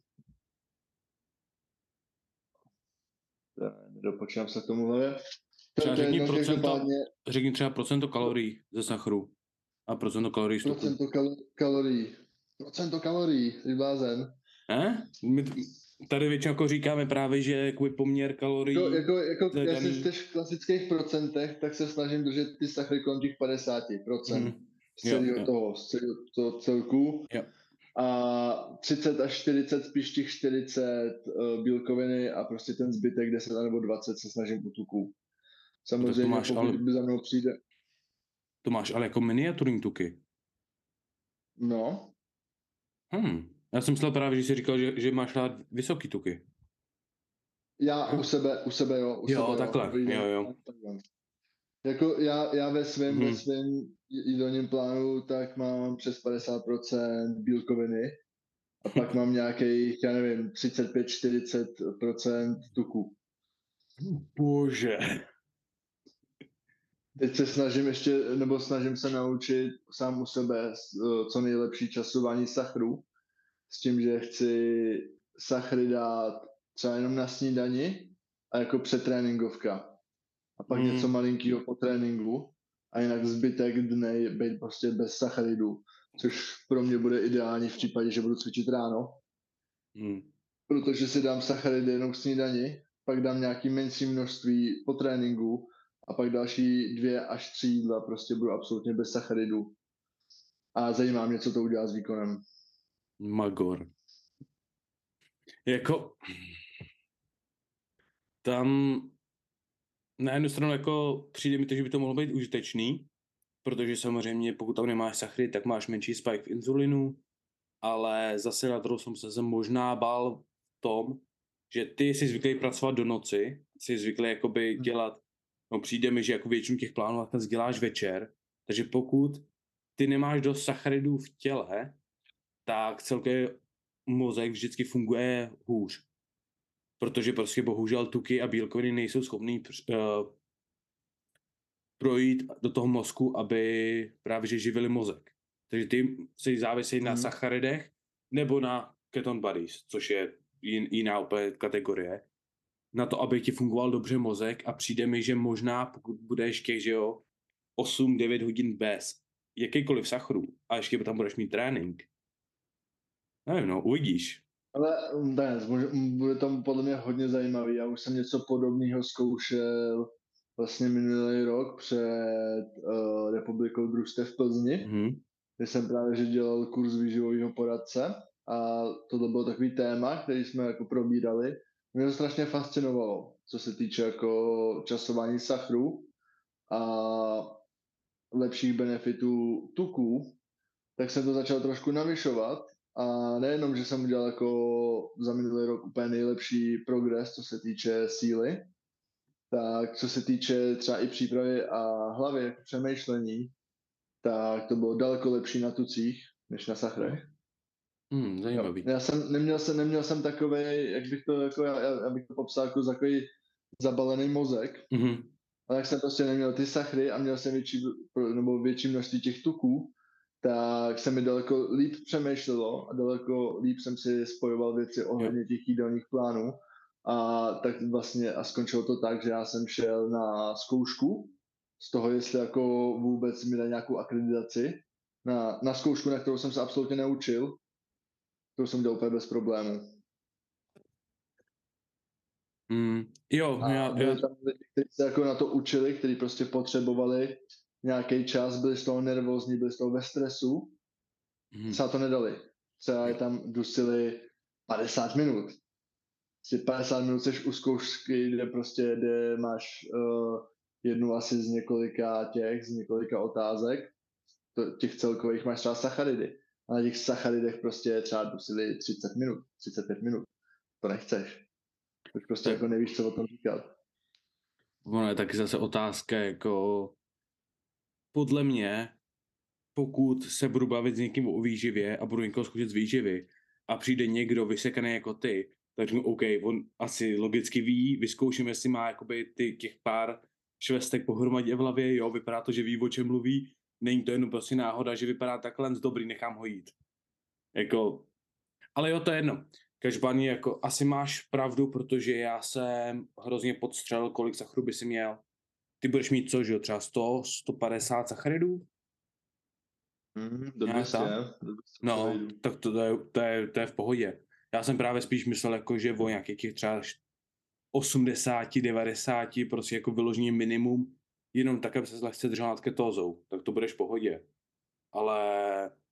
Nedopočítám se k tomuhle. Třeba řekni, procento, řekni třeba procento kalorií ze sachru a procento kalorií z tuku. Procento kal- kalorií. Procento kalorií, blázen. Eh? My tady většinou jako říkáme právě, že jakoby poměr kalorií... Jako, jako, jako jestli jste v klasických procentech, tak se snažím držet ty sachry kolem těch padesát procent mm. z celého toho, z celého toho celku. Jo. A třicet až čtyřicet, spíš těch čtyřicet uh, bílkoviny a prostě ten zbytek deset nebo dvacet se snažím u tuků. No, tak to Samozřejmě máš, pokud ale, by za mnou přijde, to máš ale jako miniaturní tuky. no, Hmm. Já jsem myslel právě, že jsi říkal, že, že máš rád vysoký tuky. já u Hm. sebe, u sebe jo, u Jo, sebe takhle, jo. jo, jo. Jako já, já ve svém, ve Mhm. svém jídelním plánu tak mám přes padesát procent bílkoviny a pak mám nějakých, já nevím, třicet pět čtyřicet procent tuku. Bože. Teď se snažím ještě, nebo snažím se naučit sám u sebe eh, co nejlepší časování sacharu, s tím, že chci sachary dát třeba jenom na snídani a jako přetréninkovka. A pak Mm. něco malinkého po tréninku a jinak zbytek dne být prostě bez sacharidů, což pro mě bude ideální v případě, že budu cvičit ráno, Mm. protože si dám sacharidy jenom k snídani, pak dám nějaký menší množství po tréninku a pak další dvě až tři jídla prostě budu absolutně bez sacharidů. A zajímá mě, co to udělá s výkonem. Magor. Jako tam na jednu stranu jako přijde mi to, že by to mohlo být užitečný, protože samozřejmě pokud tam nemáš sachary, tak máš menší spike v inzulinu, ale zase na druhou jsem se možná bál v tom, že ty jsi zvyklý pracovat do noci, jsi zvyklý jakoby dělat, no přijde mi, že jako většinu těch plánů tak děláš večer, takže pokud ty nemáš dost sacharidů v těle, tak celkově mozek vždycky funguje hůř. Protože prostě bohužel tuky a bílkoviny nejsou schopný uh, projít do toho mozku, aby právě že živili mozek. Takže ty si závisí na Mhm. sacharidech nebo na keton bodies, což je jin, jiná úplně kategorie. Na to, aby ti fungoval dobře mozek a přijde mi, že možná pokud budeš těch, že jo, osm devět hodin bez jakýkoliv sacharu a ještě tam budeš mít trénink, nevím, no, uvidíš. Ale ne, bude to podle mě hodně zajímavý. Já už jsem něco podobného zkoušel vlastně minulý rok před uh, republikou družstev v Plzni, Mhm. kde jsem právě že dělal kurz výživového poradce a tohle bylo takový téma, který jsme jako probírali. Mě to strašně fascinovalo, co se týče jako časování sacharu a lepších benefitů tuků, tak jsem to začal trošku navyšovat a nejenom, že jsem udělal jako za minulý rok úplně nejlepší progres, co se týče síly, tak co se týče třeba i přípravy a hlavy, jako přemýšlení, tak to bylo daleko lepší na tucích, než na sachrech. Hmm, Jo. zajímavý. Já jsem, neměl jsem, neměl jsem takový, jak bych to, jako, já, já bych to popsal jako takový zabalený mozek, Mhm. ale jak jsem prostě neměl ty sachry a měl jsem větší, nebo větší množství těch tuků, tak se mi daleko líp přemýšlelo a daleko líp jsem si spojoval věci ohledně těch jídelních plánů. A tak vlastně a skončilo to tak, že já jsem šel na zkoušku z toho, jestli jako vůbec mi dá nějakou akreditaci. Na, na zkoušku, na kterou jsem se absolutně neučil, kterou jsem dělal úplně bez problémů. Mm, jo, A já, já, byli tam lidi, kteří se jako na to učili, kteří prostě potřebovali nějaký čas, byli z toho nervózní, byli z toho ve stresu, mm, třeba to nedali. Třeba je tam dusili padesát minut. Si padesát minut seš u zkoušky, kde prostě kde máš uh, jednu asi z několika těch, z několika otázek, to, těch celkových máš třeba sacharidy. A na těch sacharidech prostě třeba dusili třicet minut, třicet pět minut. To nechceš. Už prostě Tak. jako nevíš, co o tom říkat. ono je taky zase otázka, jako podle mě, pokud se budu bavit s někým o výživě a budu někoho zkoušet z výživy a přijde někdo vysekaný jako ty, tak řeknu, OK, on asi logicky ví, vyzkouším, jestli má jakoby ty těch pár švestek pohromadě v hlavě, jo, vypadá to, že ví, o čem mluví, není to jenom prostě náhoda, že vypadá takhle dobrý, nechám ho jít. Jako, ale jo, to je jedno. Každopádně jako asi máš pravdu, protože já jsem hrozně podstřelil, kolik sacharů by si měl. Ty budeš mít co, že jo, třeba sto, sto padesát sacharidů? Mm, do Nějak dvě stě, tam? No, tak to, to, je, to, je, to je v pohodě. Já jsem právě spíš myslel, jako, že o nějakých těch třeba osmdesát, devadesát, prostě jako vyložený minimum, jenom tak, aby se lehce držel nad ketózou, tak to budeš v pohodě. Ale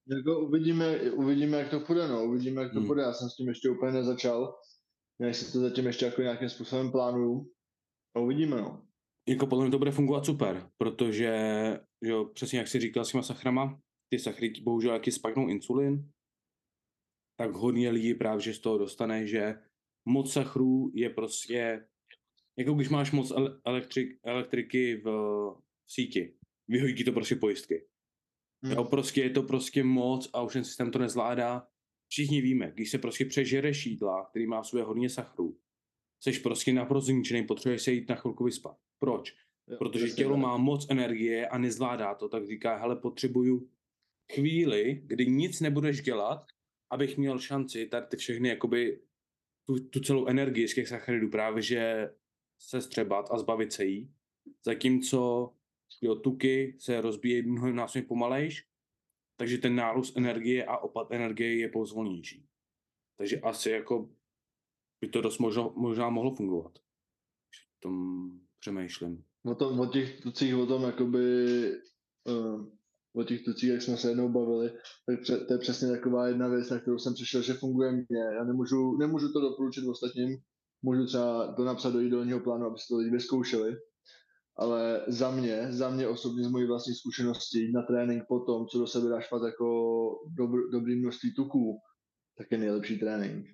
Jako uvidíme, uvidíme, jak to půjde, no, uvidíme, jak to Hmm. půjde, já jsem s tím ještě úplně nezačal, já si to zatím ještě jako nějakým způsobem plánuju a uvidíme, no. Jako podle mě to bude fungovat super, protože jo, přesně jak jsi říkal s těma sachrama, ty sachry ti bohužel jaký spaknou insulin, tak hodně lidí právě že z toho dostane, že moc sachrů je prostě, jako když máš moc elektrik, elektriky v, v síti, vyhodí ti to prostě pojistky. Hmm. Jo, prostě je to prostě moc a už ten systém to nezvládá. Všichni víme, když se prostě přežereš jídla, který má v sobě hodně sachrů, jsi prostě naprosto zničený, potřebuješ se jít na chvilku vyspat. Proč? Jo, Protože přesně tělo tak. má moc energie a nezvládá to, tak říká, hele, potřebuju chvíli, kdy nic nebudeš dělat, abych měl šanci tady ty všechny, jakoby, tu, tu celou energii z těch sacharidů právě, že se střebat a zbavit se jí. Zatímco jo, tuky se rozbíjejí mnohonásobně pomalejš, takže ten nárůst energie a opad energie je pozvolnější. Takže asi jako by to dost možno, možná mohlo fungovat. V tom přemýšlím. O, tom, o těch tucích, o tom jakoby, uh, o těch tucích, jak jsme se jednou bavili, tak pře, to je přesně taková jedna věc, na kterou jsem přišel, že funguje mě. Já nemůžu, nemůžu to doporučit ostatním, můžu třeba to napsat do jídelního plánu, aby si to lidi vyzkoušeli, ale za mě, za mě osobně z mojí vlastní zkušenosti jít na trénink po tom, co do sebe dáš fakt jako dobr, dobrý množství tuků, tak je nejlepší trénink.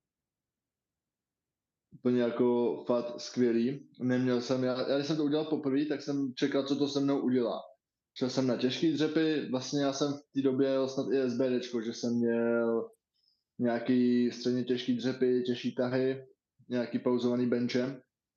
Úplně jako fakt skvělý. Neměl jsem, já, já když jsem to udělal poprvé, tak jsem čekal, co to se mnou udělá. Šel jsem na těžký dřepy, vlastně já jsem v té době jel snad i SBDčko, že jsem měl nějaký středně těžký dřepy, těžší tahy, nějaký pauzovaný benchem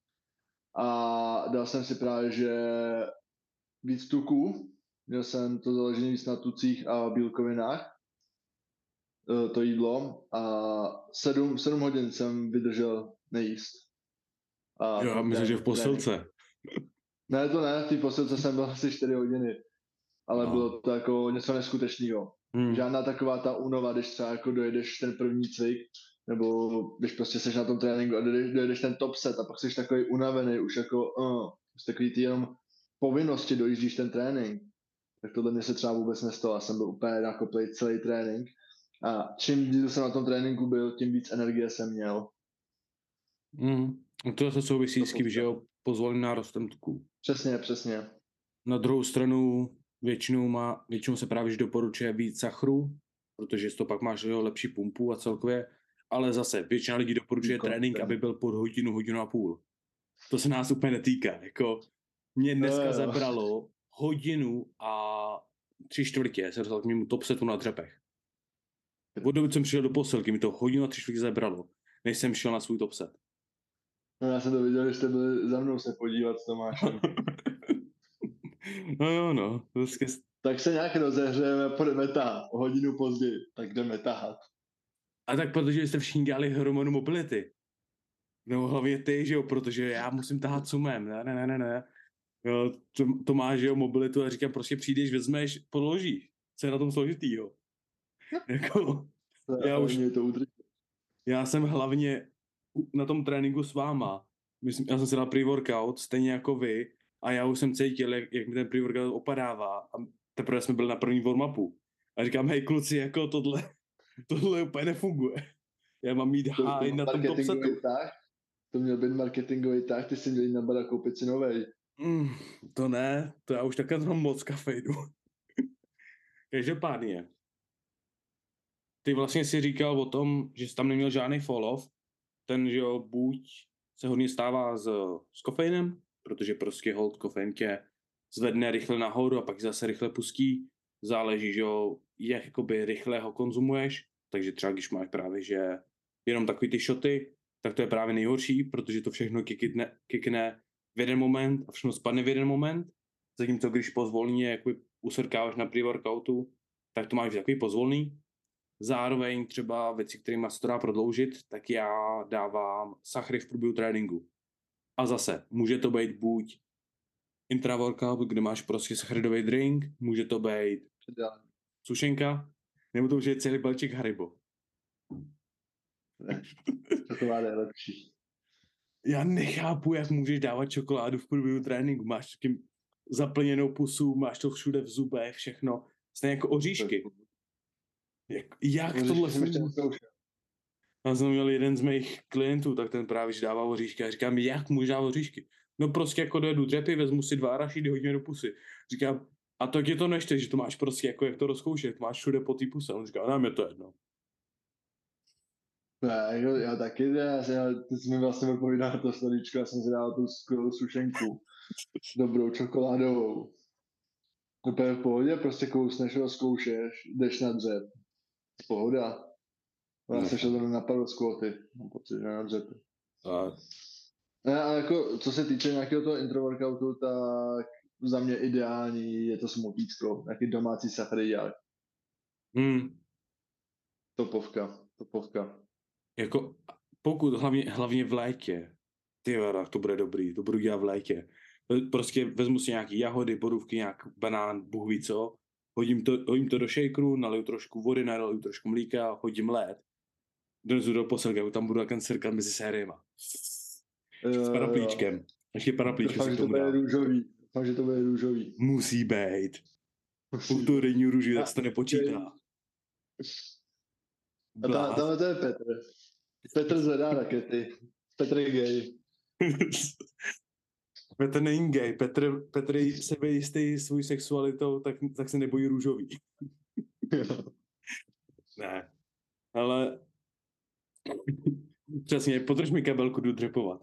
a dal jsem si právě, že víc tuků, měl jsem to založené víc na tucích a bílkovinách, to jídlo a sedm, sedm hodin jsem vydržel nejíst. A Jo, já myslím, že v posilce. Ne, to ne, v té posilce jsem byl asi čtyři hodiny, ale no. Bylo to jako něco neskutečného. Hmm. Žádná taková ta únova, když třeba jako dojedeš ten první cvik, nebo když prostě seš na tom tréninku a dojedeš ten top set a pak seš takový unavený, už jako uh, už takový ty jenom povinnosti dojíždíš ten trénink. Tak tohle mě se třeba vůbec nestalo, já jsem byl úplně nakoplej celý trénink a čím díl jsem na tom tréninku byl, tím víc energie jsem měl. Mm. To se souvisí s tím, že jo, pozvolným nárostem tuků. Přesně, přesně. Na druhou stranu většinou, má, většinou se právě doporučuje víc sachru, protože to pak máš jo, lepší pumpu a celkově, ale zase většina lidí doporučuje Výkon, trénink, aby byl pod hodinu, hodinu a půl. To se nás úplně netýká. Jako mě dneska no, zabralo hodinu a tři čtvrtě se dostal k mému top setu na dřepech. Od doby, jsem přišel do posilky, mi to hodinu a tři čtvrtě zabralo, než jsem šel na svůj top set. No já jsem to viděl, když jste byli za mnou se podívat s Tomášem. No jo, no. Vlastně... Tak se nějak rozehřejeme, půjdeme tahat. O hodinu později, tak jdeme tahat. A tak protože jste všichni dělali hormonu mobility. No hlavně ty, že jo, protože já musím tahat sumem, ne, ne, ne, ne, ne. Jo, to, to máš, že jo, mobilitu a říkám, prostě přijdeš, vezmeš, podložíš. Co je na tom složitýho? Jako, já už, to já jsem hlavně na tom tréninku s váma. Myslím, já jsem si dal pre-workout, stejně jako vy, a já už jsem cítil, jak, jak mi ten pre-workout opadává. A teprve jsme byli na první warm-upu. A říkám, hej kluci, jako tohle, tohle úplně nefunguje. Já mám mít high na tom top setu. Tak? To měl být marketingový tak, ty si měli na bar a koupit si novej. Mm, to ne, to já už takhle mám moc kafejnu. Každopádně, ty vlastně si říkal o tom, že jsi tam neměl žádný fall-off. Ten, že jo, buď se hodně stává s, s kofeinem, protože prostě hold kofein tě zvedne rychle nahoru a pak zase rychle pustí. Záleží, že jo, jak jakoby rychle ho konzumuješ. Takže třeba když máš právě, že jenom takový ty shoty, tak to je právě nejhorší, protože to všechno kikne, kikne v jeden moment a všechno spadne v jeden moment. Zatímco když pozvolně jakoby usrkáváš na pre-workoutu, tak to máš takový pozvolný. Zároveň třeba věci, kterými se to dá prodloužit, tak já dávám sachry v průběhu tréninku. A zase, může to být buď intra-workout, kde máš prostě sacharidový drink, může to být sušenka, nebo to už je celý balíček Haribo. Ne, čokoláda je lepší. Já nechápu, jak můžeš dávat čokoládu v průběhu tréninku. Máš takým zaplněnou pusu, máš to všude v zubech, všechno. Stejně jako oříšky. Jak, jak Hoříšky tohle jsem ještě funguje? nezkoušel. Já jsem měl jeden z mých klientů, tak ten právě že dával oříšky a říkám, jak můžu dát oříšky? No prostě jako dojedu dřepy, vezmu si dva arašidy, hodím je do pusy. Říkám, a tak je to nešte, že to máš prostě jako jak to rozkoušet, máš všude po té puse. On říká, nám je to jedno. Ne, jako, já taky, já, já, ty jsi mi vlastně odpovídal na to slovíčko, já jsem si dal tu skvělou sušenku, dobrou čokoládovou. Úplně v pohodě, prostě kousneš ho, zkoušeš, jdeš na dřep. Pohoda. Já No, jsem šel zrovna napadl squaty, mám pocit, že na dřepy. a, Ne, a jako, co se týče nějakého toho introworkoutu, tak za mě ideální je to smoothiečko, nějaký domácí sacharidák. hmm, Topovka, topovka. jako pokud hlavně, hlavně v létě, ty tak to bude dobrý, to budu dělat v létě. Prostě vezmu si nějaký jahody, borůvky, nějak banán, bůh ví co, hodím to, hodím to do shakeru, naliju trošku vody, naliju trošku mlíka, hodím led, donesu do posilky, tam budu takhle cirkat mezi sériema. S Uh, paraplíčkem. Ještě paraplíčko doufám, si že k to tomu bude dám. růžový. Doufám, že to bude růžový. Musí být. Pokud to není růžový, tak se to nepočítá. A tam, tam to je Petr. Petr zvedá rakety. Petr je gay. Petr není gay. Petr, Petr je sebejistý svou sexualitou, tak, tak se nebojí růžový. Ne. Ale přesně, podrž mi kabelku, jdu dřepovat.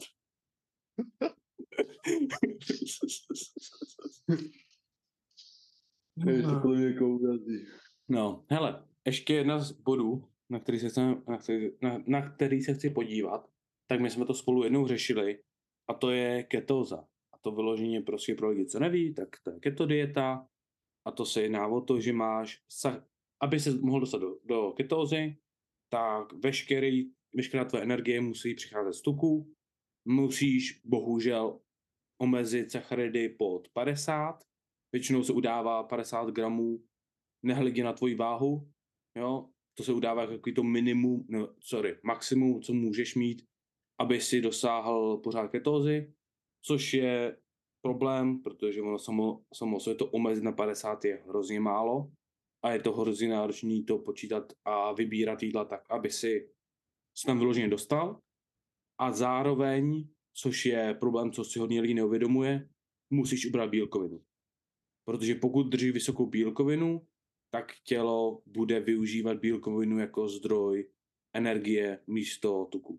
Je to podle mě jako urazí. No, hele, ještě jedna z bodů, na který se, chcem, na, který, na, na který se chci podívat, tak my jsme to spolu jednou řešili, a to je ketóza. A to vyloženě prostě pro lidi, co neví, tak to je keto dieta, a to se jedná o to, že máš, aby se mohl dostat do, do ketózy, tak veškerý, veškerá tvoje energie musí přicházet z tuku, musíš bohužel omezit sacharidy pod padesát, většinou se udává padesát gramů, nehledě na tvoji váhu, jo, to se udává jako to minimum, no, sorry, maximum, co můžeš mít, aby si dosáhl pořád ketózy, což je problém, protože ono samo, samo se to omezit na padesát je hrozně málo a je to hrozně náročné to počítat a vybírat jídla tak, aby si se tam vyloženě dostal a zároveň, což je problém, co si hodně lidí neuvědomuje, musíš ubrat bílkovinu. Protože pokud drží vysokou bílkovinu, tak tělo bude využívat bílkovinu jako zdroj energie místo tuku.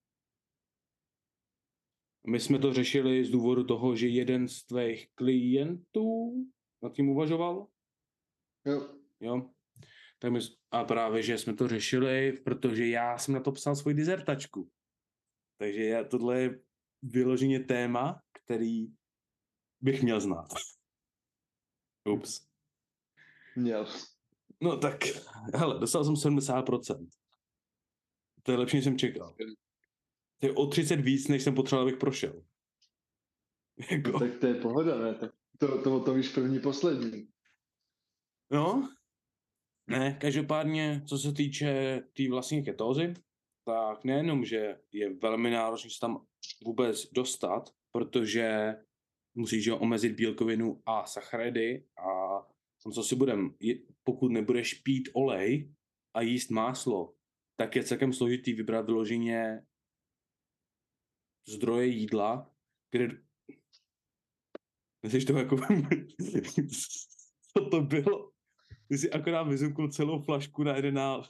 My jsme to řešili z důvodu toho, že jeden z tvých klientů nad tím uvažoval. Jo. Jo. Tak my, a právě, že jsme to řešili, protože já jsem na to psal svoji dizertačku. Takže já, tohle je vyloženě téma, který bych měl znát. Ups. Měl. No tak, hele, dostal jsem sedmdesát procent. To je lepší, než jsem čekal. To je o třicet víc, než jsem potřeboval, abych prošel. Jako. No, tak to je pohoda, ne? Tak to, to, to víš první, poslední. No, ne, každopádně, co se týče té tý vlastní ketózy, tak nejenom, že je velmi náročné se tam vůbec dostat, protože musíš jo, omezit bílkovinu a sacharidy a tam, co si budem, pokud nebudeš pít olej a jíst máslo, tak je celkem složitý vybrat vyloženě zdroje jídla, kde... Myslíš to jako... Co to bylo? Ty jsi akorát vyzumkl celou flašku na jeden nál.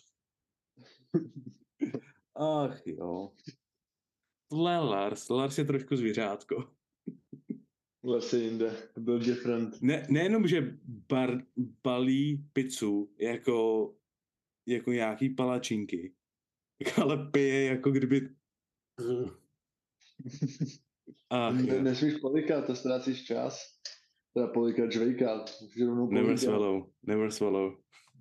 Ach jo. Tohle Lars. Lars je trošku zvířátko. Lesy jinde. Byl different. Ne, nejenom, že bar, balí pizzu jako, jako nějaký palačinky, ale pije jako kdyby... Ach, ne, nesmíš polikat, to ztrácíš čas. Teda polikat, žvejkat. Never swallow. Never swallow.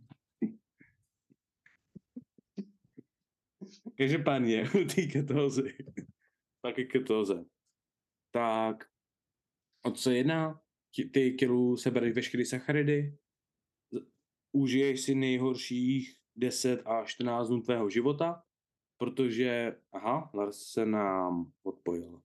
Každopádně, u té ketózy, taky ketóze, tak o co jedná? Ty kilu sebereš veškeré sacharidy, užiješ si nejhorších deset až čtrnáct dnů tvého života, protože, aha, Lars se nám odpojil.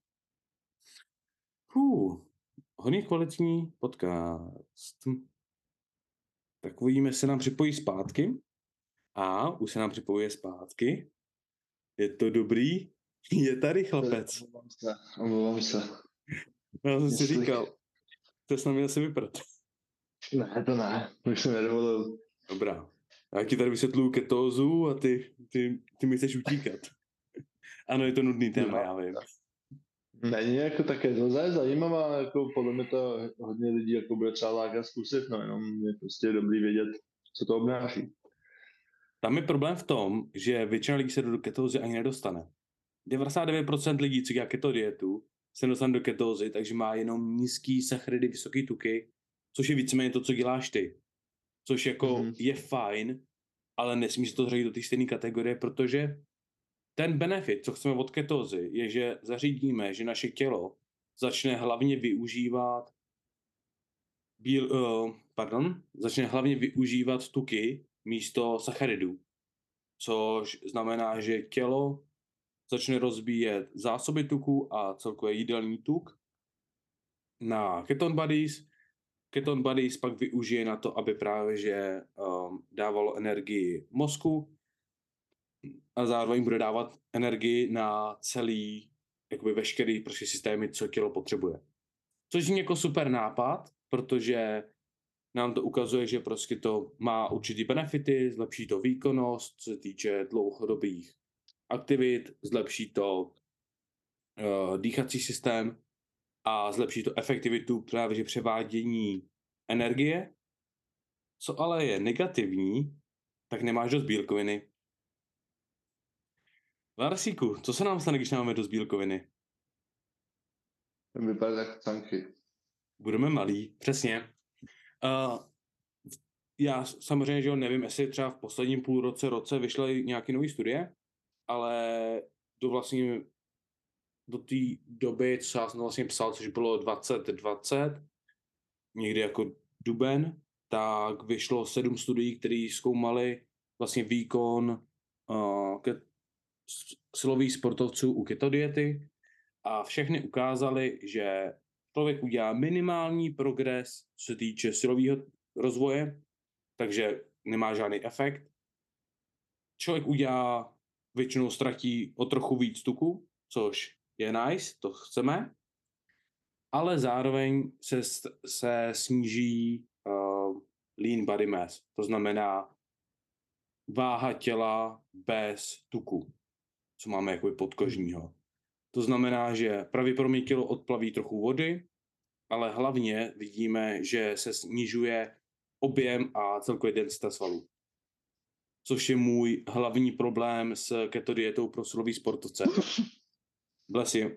Hů, hodně kvalitní podcast. Tak uvidíme, se nám připojí zpátky. A už se nám připojuje zpátky. Je to dobrý? Je tady chlapec. Omlouvám se, omlouvám se. Já jsem si Jestli... říkal, to s námi asi vyprat. Ne, to ne, už jsem nedovolil. Dobrá. Já ti tady vysvětluju ketózu a ty, ty, ty mi chceš utíkat. Ano, je to nudný téma, No. já vím. Není jako také, to je zajímavá, jako podle mě to hodně lidí jako bude třeba lákat zkusit, no jenom je prostě dobrý vědět, co to obnáší. Tam je problém v tom, že většina lidí se do ketózy ani nedostane. devadesát devět procent lidí, co dělá keto dietu, se dostane do ketózy, takže má jenom nízký sacharidy, vysoký tuky, což je víceméně to, co děláš ty. Což jako mm-hmm. je fajn, ale nesmíš to řadit do té stejné kategorie, protože ten benefit, co chceme od ketózy, je, že zařídíme, že naše tělo začne hlavně využívat bíl, uh, pardon, začne hlavně využívat tuky místo sacharidů. Což znamená, že tělo začne rozbíjet zásoby tuku a celkově jídelní tuk na keton bodies. Keton bodies pak využije na to, aby právě že um, dávalo energii mozku a zároveň bude dávat energii na celý, jakoby veškerý prostě systémy, co tělo potřebuje. Což je jako super nápad, protože nám to ukazuje, že prostě to má určitý benefity, zlepší to výkonnost, co se týče dlouhodobých aktivit, zlepší to uh, dýchací systém a zlepší to efektivitu právě že převádění energie. Co ale je negativní, tak nemáš dost bílkoviny. Varsíku, co se nám stane, když nemáme dost bílkoviny? Vypadá tak canky. Budeme malí, přesně. Uh, já samozřejmě, že jo, nevím, jestli třeba v posledním půl roce, roce vyšly nějaké nové studie, ale do vlastně do té doby, co já jsem vlastně psal, což bylo dvacet dvacet, někdy jako duben, tak vyšlo sedm studií, které zkoumaly vlastně výkon uh, ke, silových sportovců u keto diety a všechny ukázaly, že člověk udělá minimální progres, co se týče silového rozvoje, takže nemá žádný efekt. Člověk udělá, většinou ztratí o trochu víc tuku, což je nice, to chceme, ale zároveň se, se sníží uh, lean body mass, to znamená váha těla bez tuku, co máme jako podkožního. To znamená, že pravděpodobně tělo odplaví trochu vody, ale hlavně vidíme, že se snižuje objem a celkově densita svalů. Což je můj hlavní problém s keto dietou pro silový sportovce. Bless you.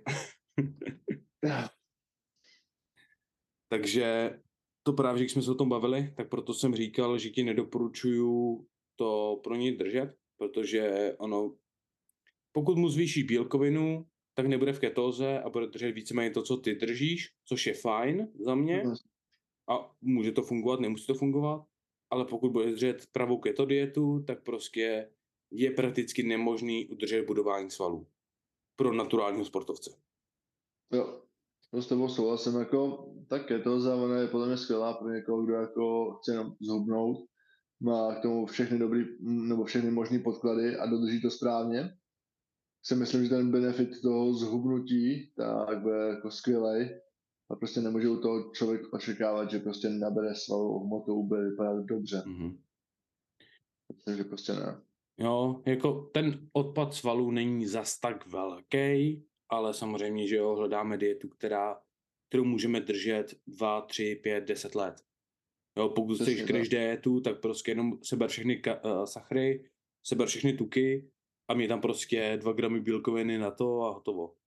Takže to právě, když jsme se o tom bavili, tak proto jsem říkal, že ti nedoporučuju to pro ně držet, protože ono, pokud mu zvýší bílkovinu, tak nebude v ketóze a bude držet víceméně to, co ty držíš, což je fajn za mě. A může to fungovat, nemusí to fungovat, ale pokud bude držet pravou keto dietu, tak prostě je prakticky nemožný udržet budování svalů pro naturálního sportovce. Jo, to s tebou souhlasím, jako ta ketóza, ona je podle mě skvělá pro někoho, kdo jako chce jenom zhubnout, má k tomu všechny dobrý, nebo všechny možný podklady a dodrží to správně. Si myslím, že ten benefit toho zhubnutí tak bude jako skvělej a prostě nemůže u toho člověk očekávat, že prostě nabere svalovou hmotu, bude vypadat dobře. Mm-hmm. Takže prostě ne. Jo, jako ten odpad svalů není zas tak velký, ale samozřejmě, že jo, hledáme dietu, která, kterou můžeme držet dva, tři, pět, deset let. Jo, pokud chceš crash dietu, tak prostě jenom seber všechny ka- uh, sachary, seber všechny tuky a mě tam prostě dva gramy bílkoviny na to a hotovo.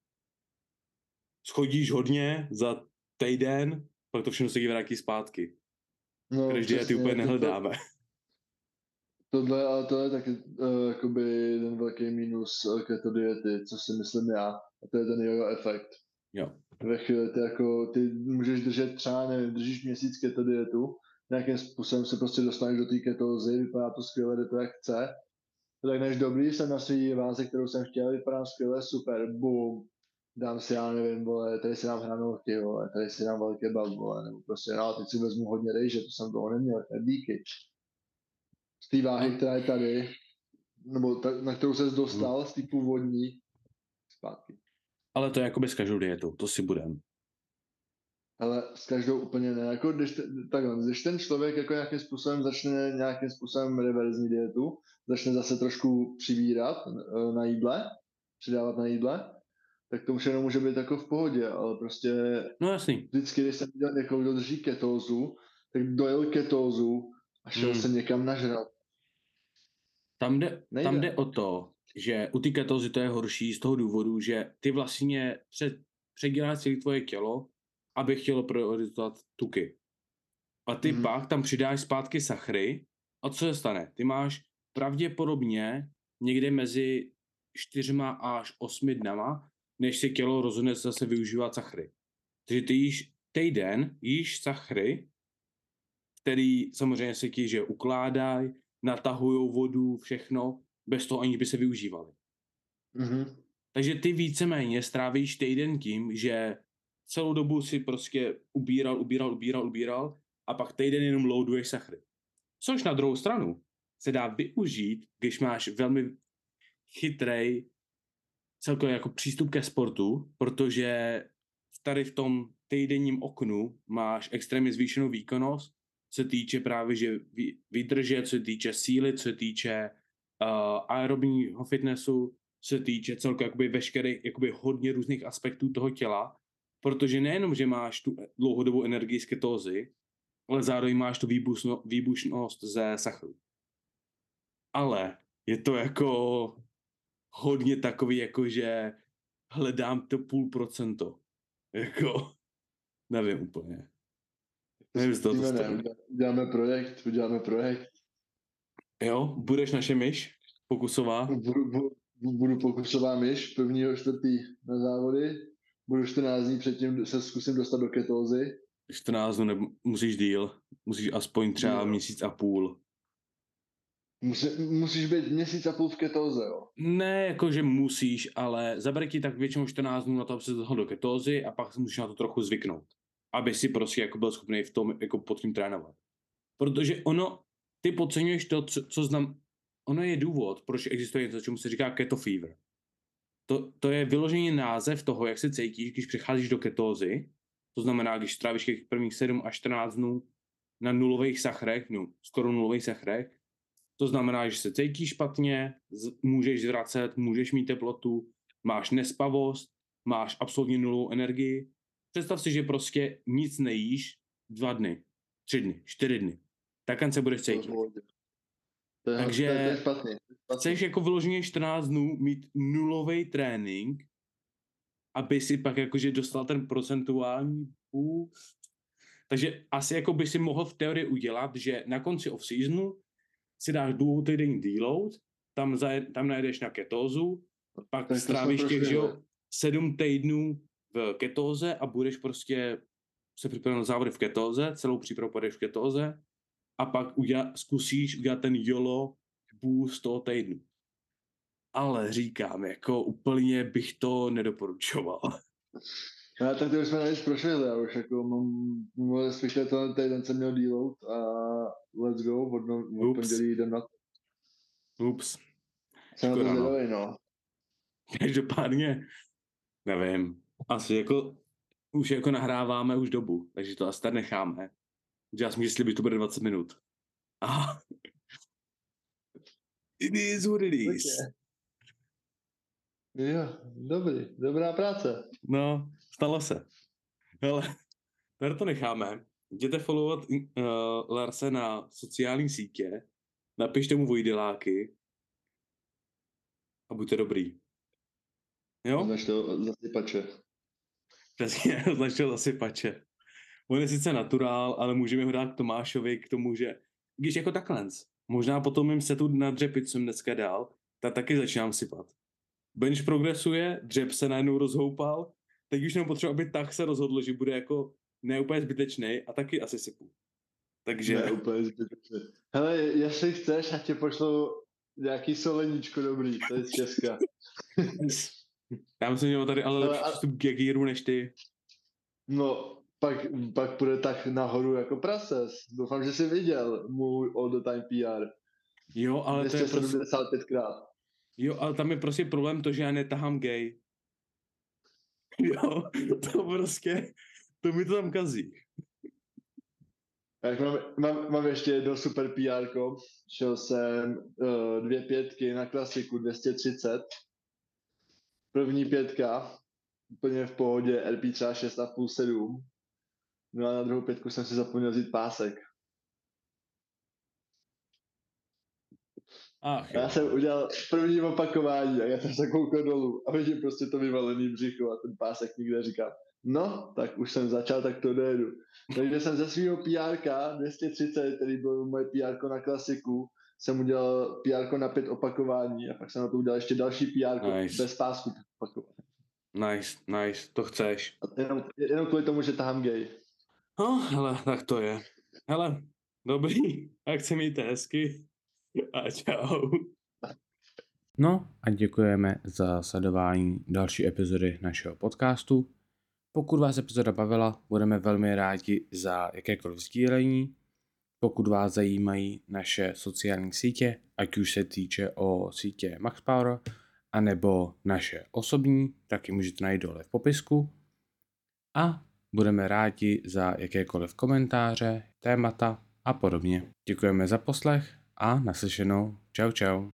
Schodíš hodně za týden, pak to všechno se vrátí zpátky. No, crash diety úplně nehledáme. Tohle, ale to je taky uh, jakoby ten velký mínus keto diety, co si myslím já. A to je ten jojo efekt. Jo. Ve chvíli ty, jako, ty můžeš držet třeba, nevím, držíš měsíc keto dietu, nějakým způsobem se prostě dostaneš do té ketózy, vypadá to skvěle, jde to jak chce. Tak než dobrý, jsem na svý váze, kterou jsem chtěl, vypadám skvěle, super, boom. Dám si, já nevím, vole, tady si dám hranolky, vole, tady si dám velké kebab, vole, nebo prostě, no, teď si vezmu hodně rejže, to jsem toho neměl, díky. z té váhy, která je tady, nebo ta, na kterou ses dostal, Hmm. z té původní, zpátky. Ale to je jako bez každou dietou, to si budem. Ale s každou úplně ne. Jako když, te, takhle, když ten člověk jako nějakým způsobem začne nějakým způsobem reverzní dietu, začne zase trošku přibírat e, na jídle, přidávat na jídle, tak to už jenom může být jako v pohodě, ale prostě No jasný. vždycky, když jsem viděl někoho, kdo drží ketózu, tak dojel ketózu a šel Hmm. se někam nažrat. Tam jde, Nejde. tam jde o to, že u té ketózy to je horší z toho důvodu, že ty vlastně před, předěláš celé tvoje tělo, aby chtělo prioritovat tuky. A ty Mhm. pak tam přidáš zpátky sachry a co se stane? Ty máš pravděpodobně někde mezi čtyřma až osmi dnama, než si tělo rozhodne zase využívat sachry. Takže ty jíš týden, jíš sachry, který samozřejmě se ti, že ukládají, natahujou vodu, všechno, bez toho aniž by se využívaly. Mhm. Takže ty víceméně strávíš týden tím, že celou dobu si prostě ubíral, ubíral, ubíral, ubíral a pak týden jenom loaduješ sachry. Což na druhou stranu se dá využít, když máš velmi chytrej celkově jako přístup ke sportu, protože tady v tom týdenním oknu máš extrémně zvýšenou výkonnost, co se týče právě že výdrže, co se týče síly, co se týče uh, aerobního fitnessu, co se týče celkově jakoby veškerých jakoby hodně různých aspektů toho těla, protože nejenom, že máš tu dlouhodobou energii z ketózy, ale zároveň máš tu výbušno, výbušnost ze sachru. Ale je to jako hodně takový, jako že hledám to půl procento. Jako, nevím úplně. Nevím, z toho to stojí. Uděláme projekt, uděláme projekt. Jo, budeš naše myš, pokusová. Budu, budu, budu pokusová myš, prvního čtvrtý na závody. Budu čtrnáct dní předtím se zkusím dostat do ketózy. čtrnáct dnů nebo musíš díl. Musíš aspoň třeba Jo. měsíc a půl. Musí, musíš být měsíc a půl v ketóze, jo? Ne, jakože musíš, ale zabere ti tak většinou čtrnáct dnů na to, aby se dostal do ketózy a pak musíš na to trochu zvyknout. Aby si prostě jako byl schopný v tom jako pod tím trénovat. Protože ono, ty podceňuješ to, co, co znam, ono je důvod, proč existuje něco, čemu se říká keto fever. To, to je vyložený název toho, jak se cítíš, když přecházíš do ketózy. To znamená, když strávíš těch prvních sedm až čtrnáct dnů na nulových sachrech, no, skoro nulových sachrech. To znamená, že se cítíš špatně, z, můžeš zvracet, můžeš mít teplotu, máš nespavost, máš absolutně nulovou energii. Představ si, že prostě nic nejíš dva dny, tři dny, čtyři dny. Takhle se budeš cítit. To je, Takže to je, to je špatný. chceš jako vyloženě čtrnáct dnů mít nulový trénink, aby si pak jakože dostal ten procentuální boost. Takže asi jako by si mohl v teorii udělat, že na konci off-seasonu si dáš dvoutýdenní deload, tam, zajed, tam najedeš na ketózu, pak tak strávíš těch, že jo, sedm týdnů v ketóze a budeš prostě se připravit na závody v ketóze, celou přípravu půjdeš v ketóze a pak udělat, zkusíš udělat ten YOLO boost toho týdnu. Ale říkám, jako úplně bych to nedoporučoval. No, tak to už jsme navíc prošli, já už jako mám, respektive tenhle týden jsem měl deload a let's go, od, no, od pondělí jdem na to. Ups. Jsem na to Škoda, no. zvědavej, no. Každopádně, nevím, asi jako už jako nahráváme už dobu, takže to asi tady necháme. Já si můžu slibit, že to bude dvacet minut. Ah. It is what it is. Okay. Jo, dobrý, dobrá práce. No, stalo se. Hele, tady to necháme. Jděte followovat uh, Larse na sociální sítě, napište mu vojdeláky a buďte dobrý. Jo? Označ to zasypače. Přesně, označ to zasypače. On je sice naturál, ale můžeme ho dát k Tomášovi k tomu, že když jako takhle, možná potom mým setu na dřepy, co jsem dneska dal, tak taky začínám sypat. Bench progresuje, dřep se najednou rozhoupal, teď už jenom potřeba, aby tak se rozhodl, že bude jako neúplně zbytečný a taky asi sypu. Takže... Ne, úplně zbytečný. Hele, jestli chceš, ať tě pošlu nějaký soleníčko dobrý, to je z Česka. Já myslím, že mám tady ale lepší přístup k Jagiru než ty. No, pak, pak půjde tak nahoru jako prases. Doufám, že jsi viděl můj all the time P R. Jo, ale to je dvě stě prostě, sedmdesát pět krát. jo, ale tam je prostě problém to, že já netahám gay. Jo, to prostě, to mi to tam kazí. Tak mám, mám, mám ještě jedno super P R ko. Šel jsem uh, dvě pětky na klasiku dvě stě třicet. První pětka, úplně v pohodě, R P třeba šest a půl sedm. No a na druhou pětku jsem si zapomněl vzít pásek. Ach Já jo. jsem udělal první opakování a já jsem se koukal dolů a vidím prostě to vyvalený břicho a ten pásek nikde říkám. No, tak už jsem začal, tak to dojedu. Takže jsem ze svého P R ka dvě stě třicet, který byl moje P R ko na klasiku, jsem udělal P R ko na pět opakování a pak jsem na to udělal ještě další P R ko Nice. bez pásku opakování. Nice, nice, to chceš. A jenom, jenom kvůli tomu, že tahám gay. No, hele, tak to je. Hele, dobrý, tak se mějte hezky a čau. No a děkujeme za sledování další epizody našeho podcastu. Pokud vás epizoda bavila, budeme velmi rádi za jakékoliv sdílení. Pokud vás zajímají naše sociální sítě, ať už se týče o sítě MaxPower, anebo naše osobní, tak ji můžete najít dole v popisku. A budeme rádi za jakékoliv komentáře, témata a podobně. Děkujeme za poslech a naslyšenou. Čau čau.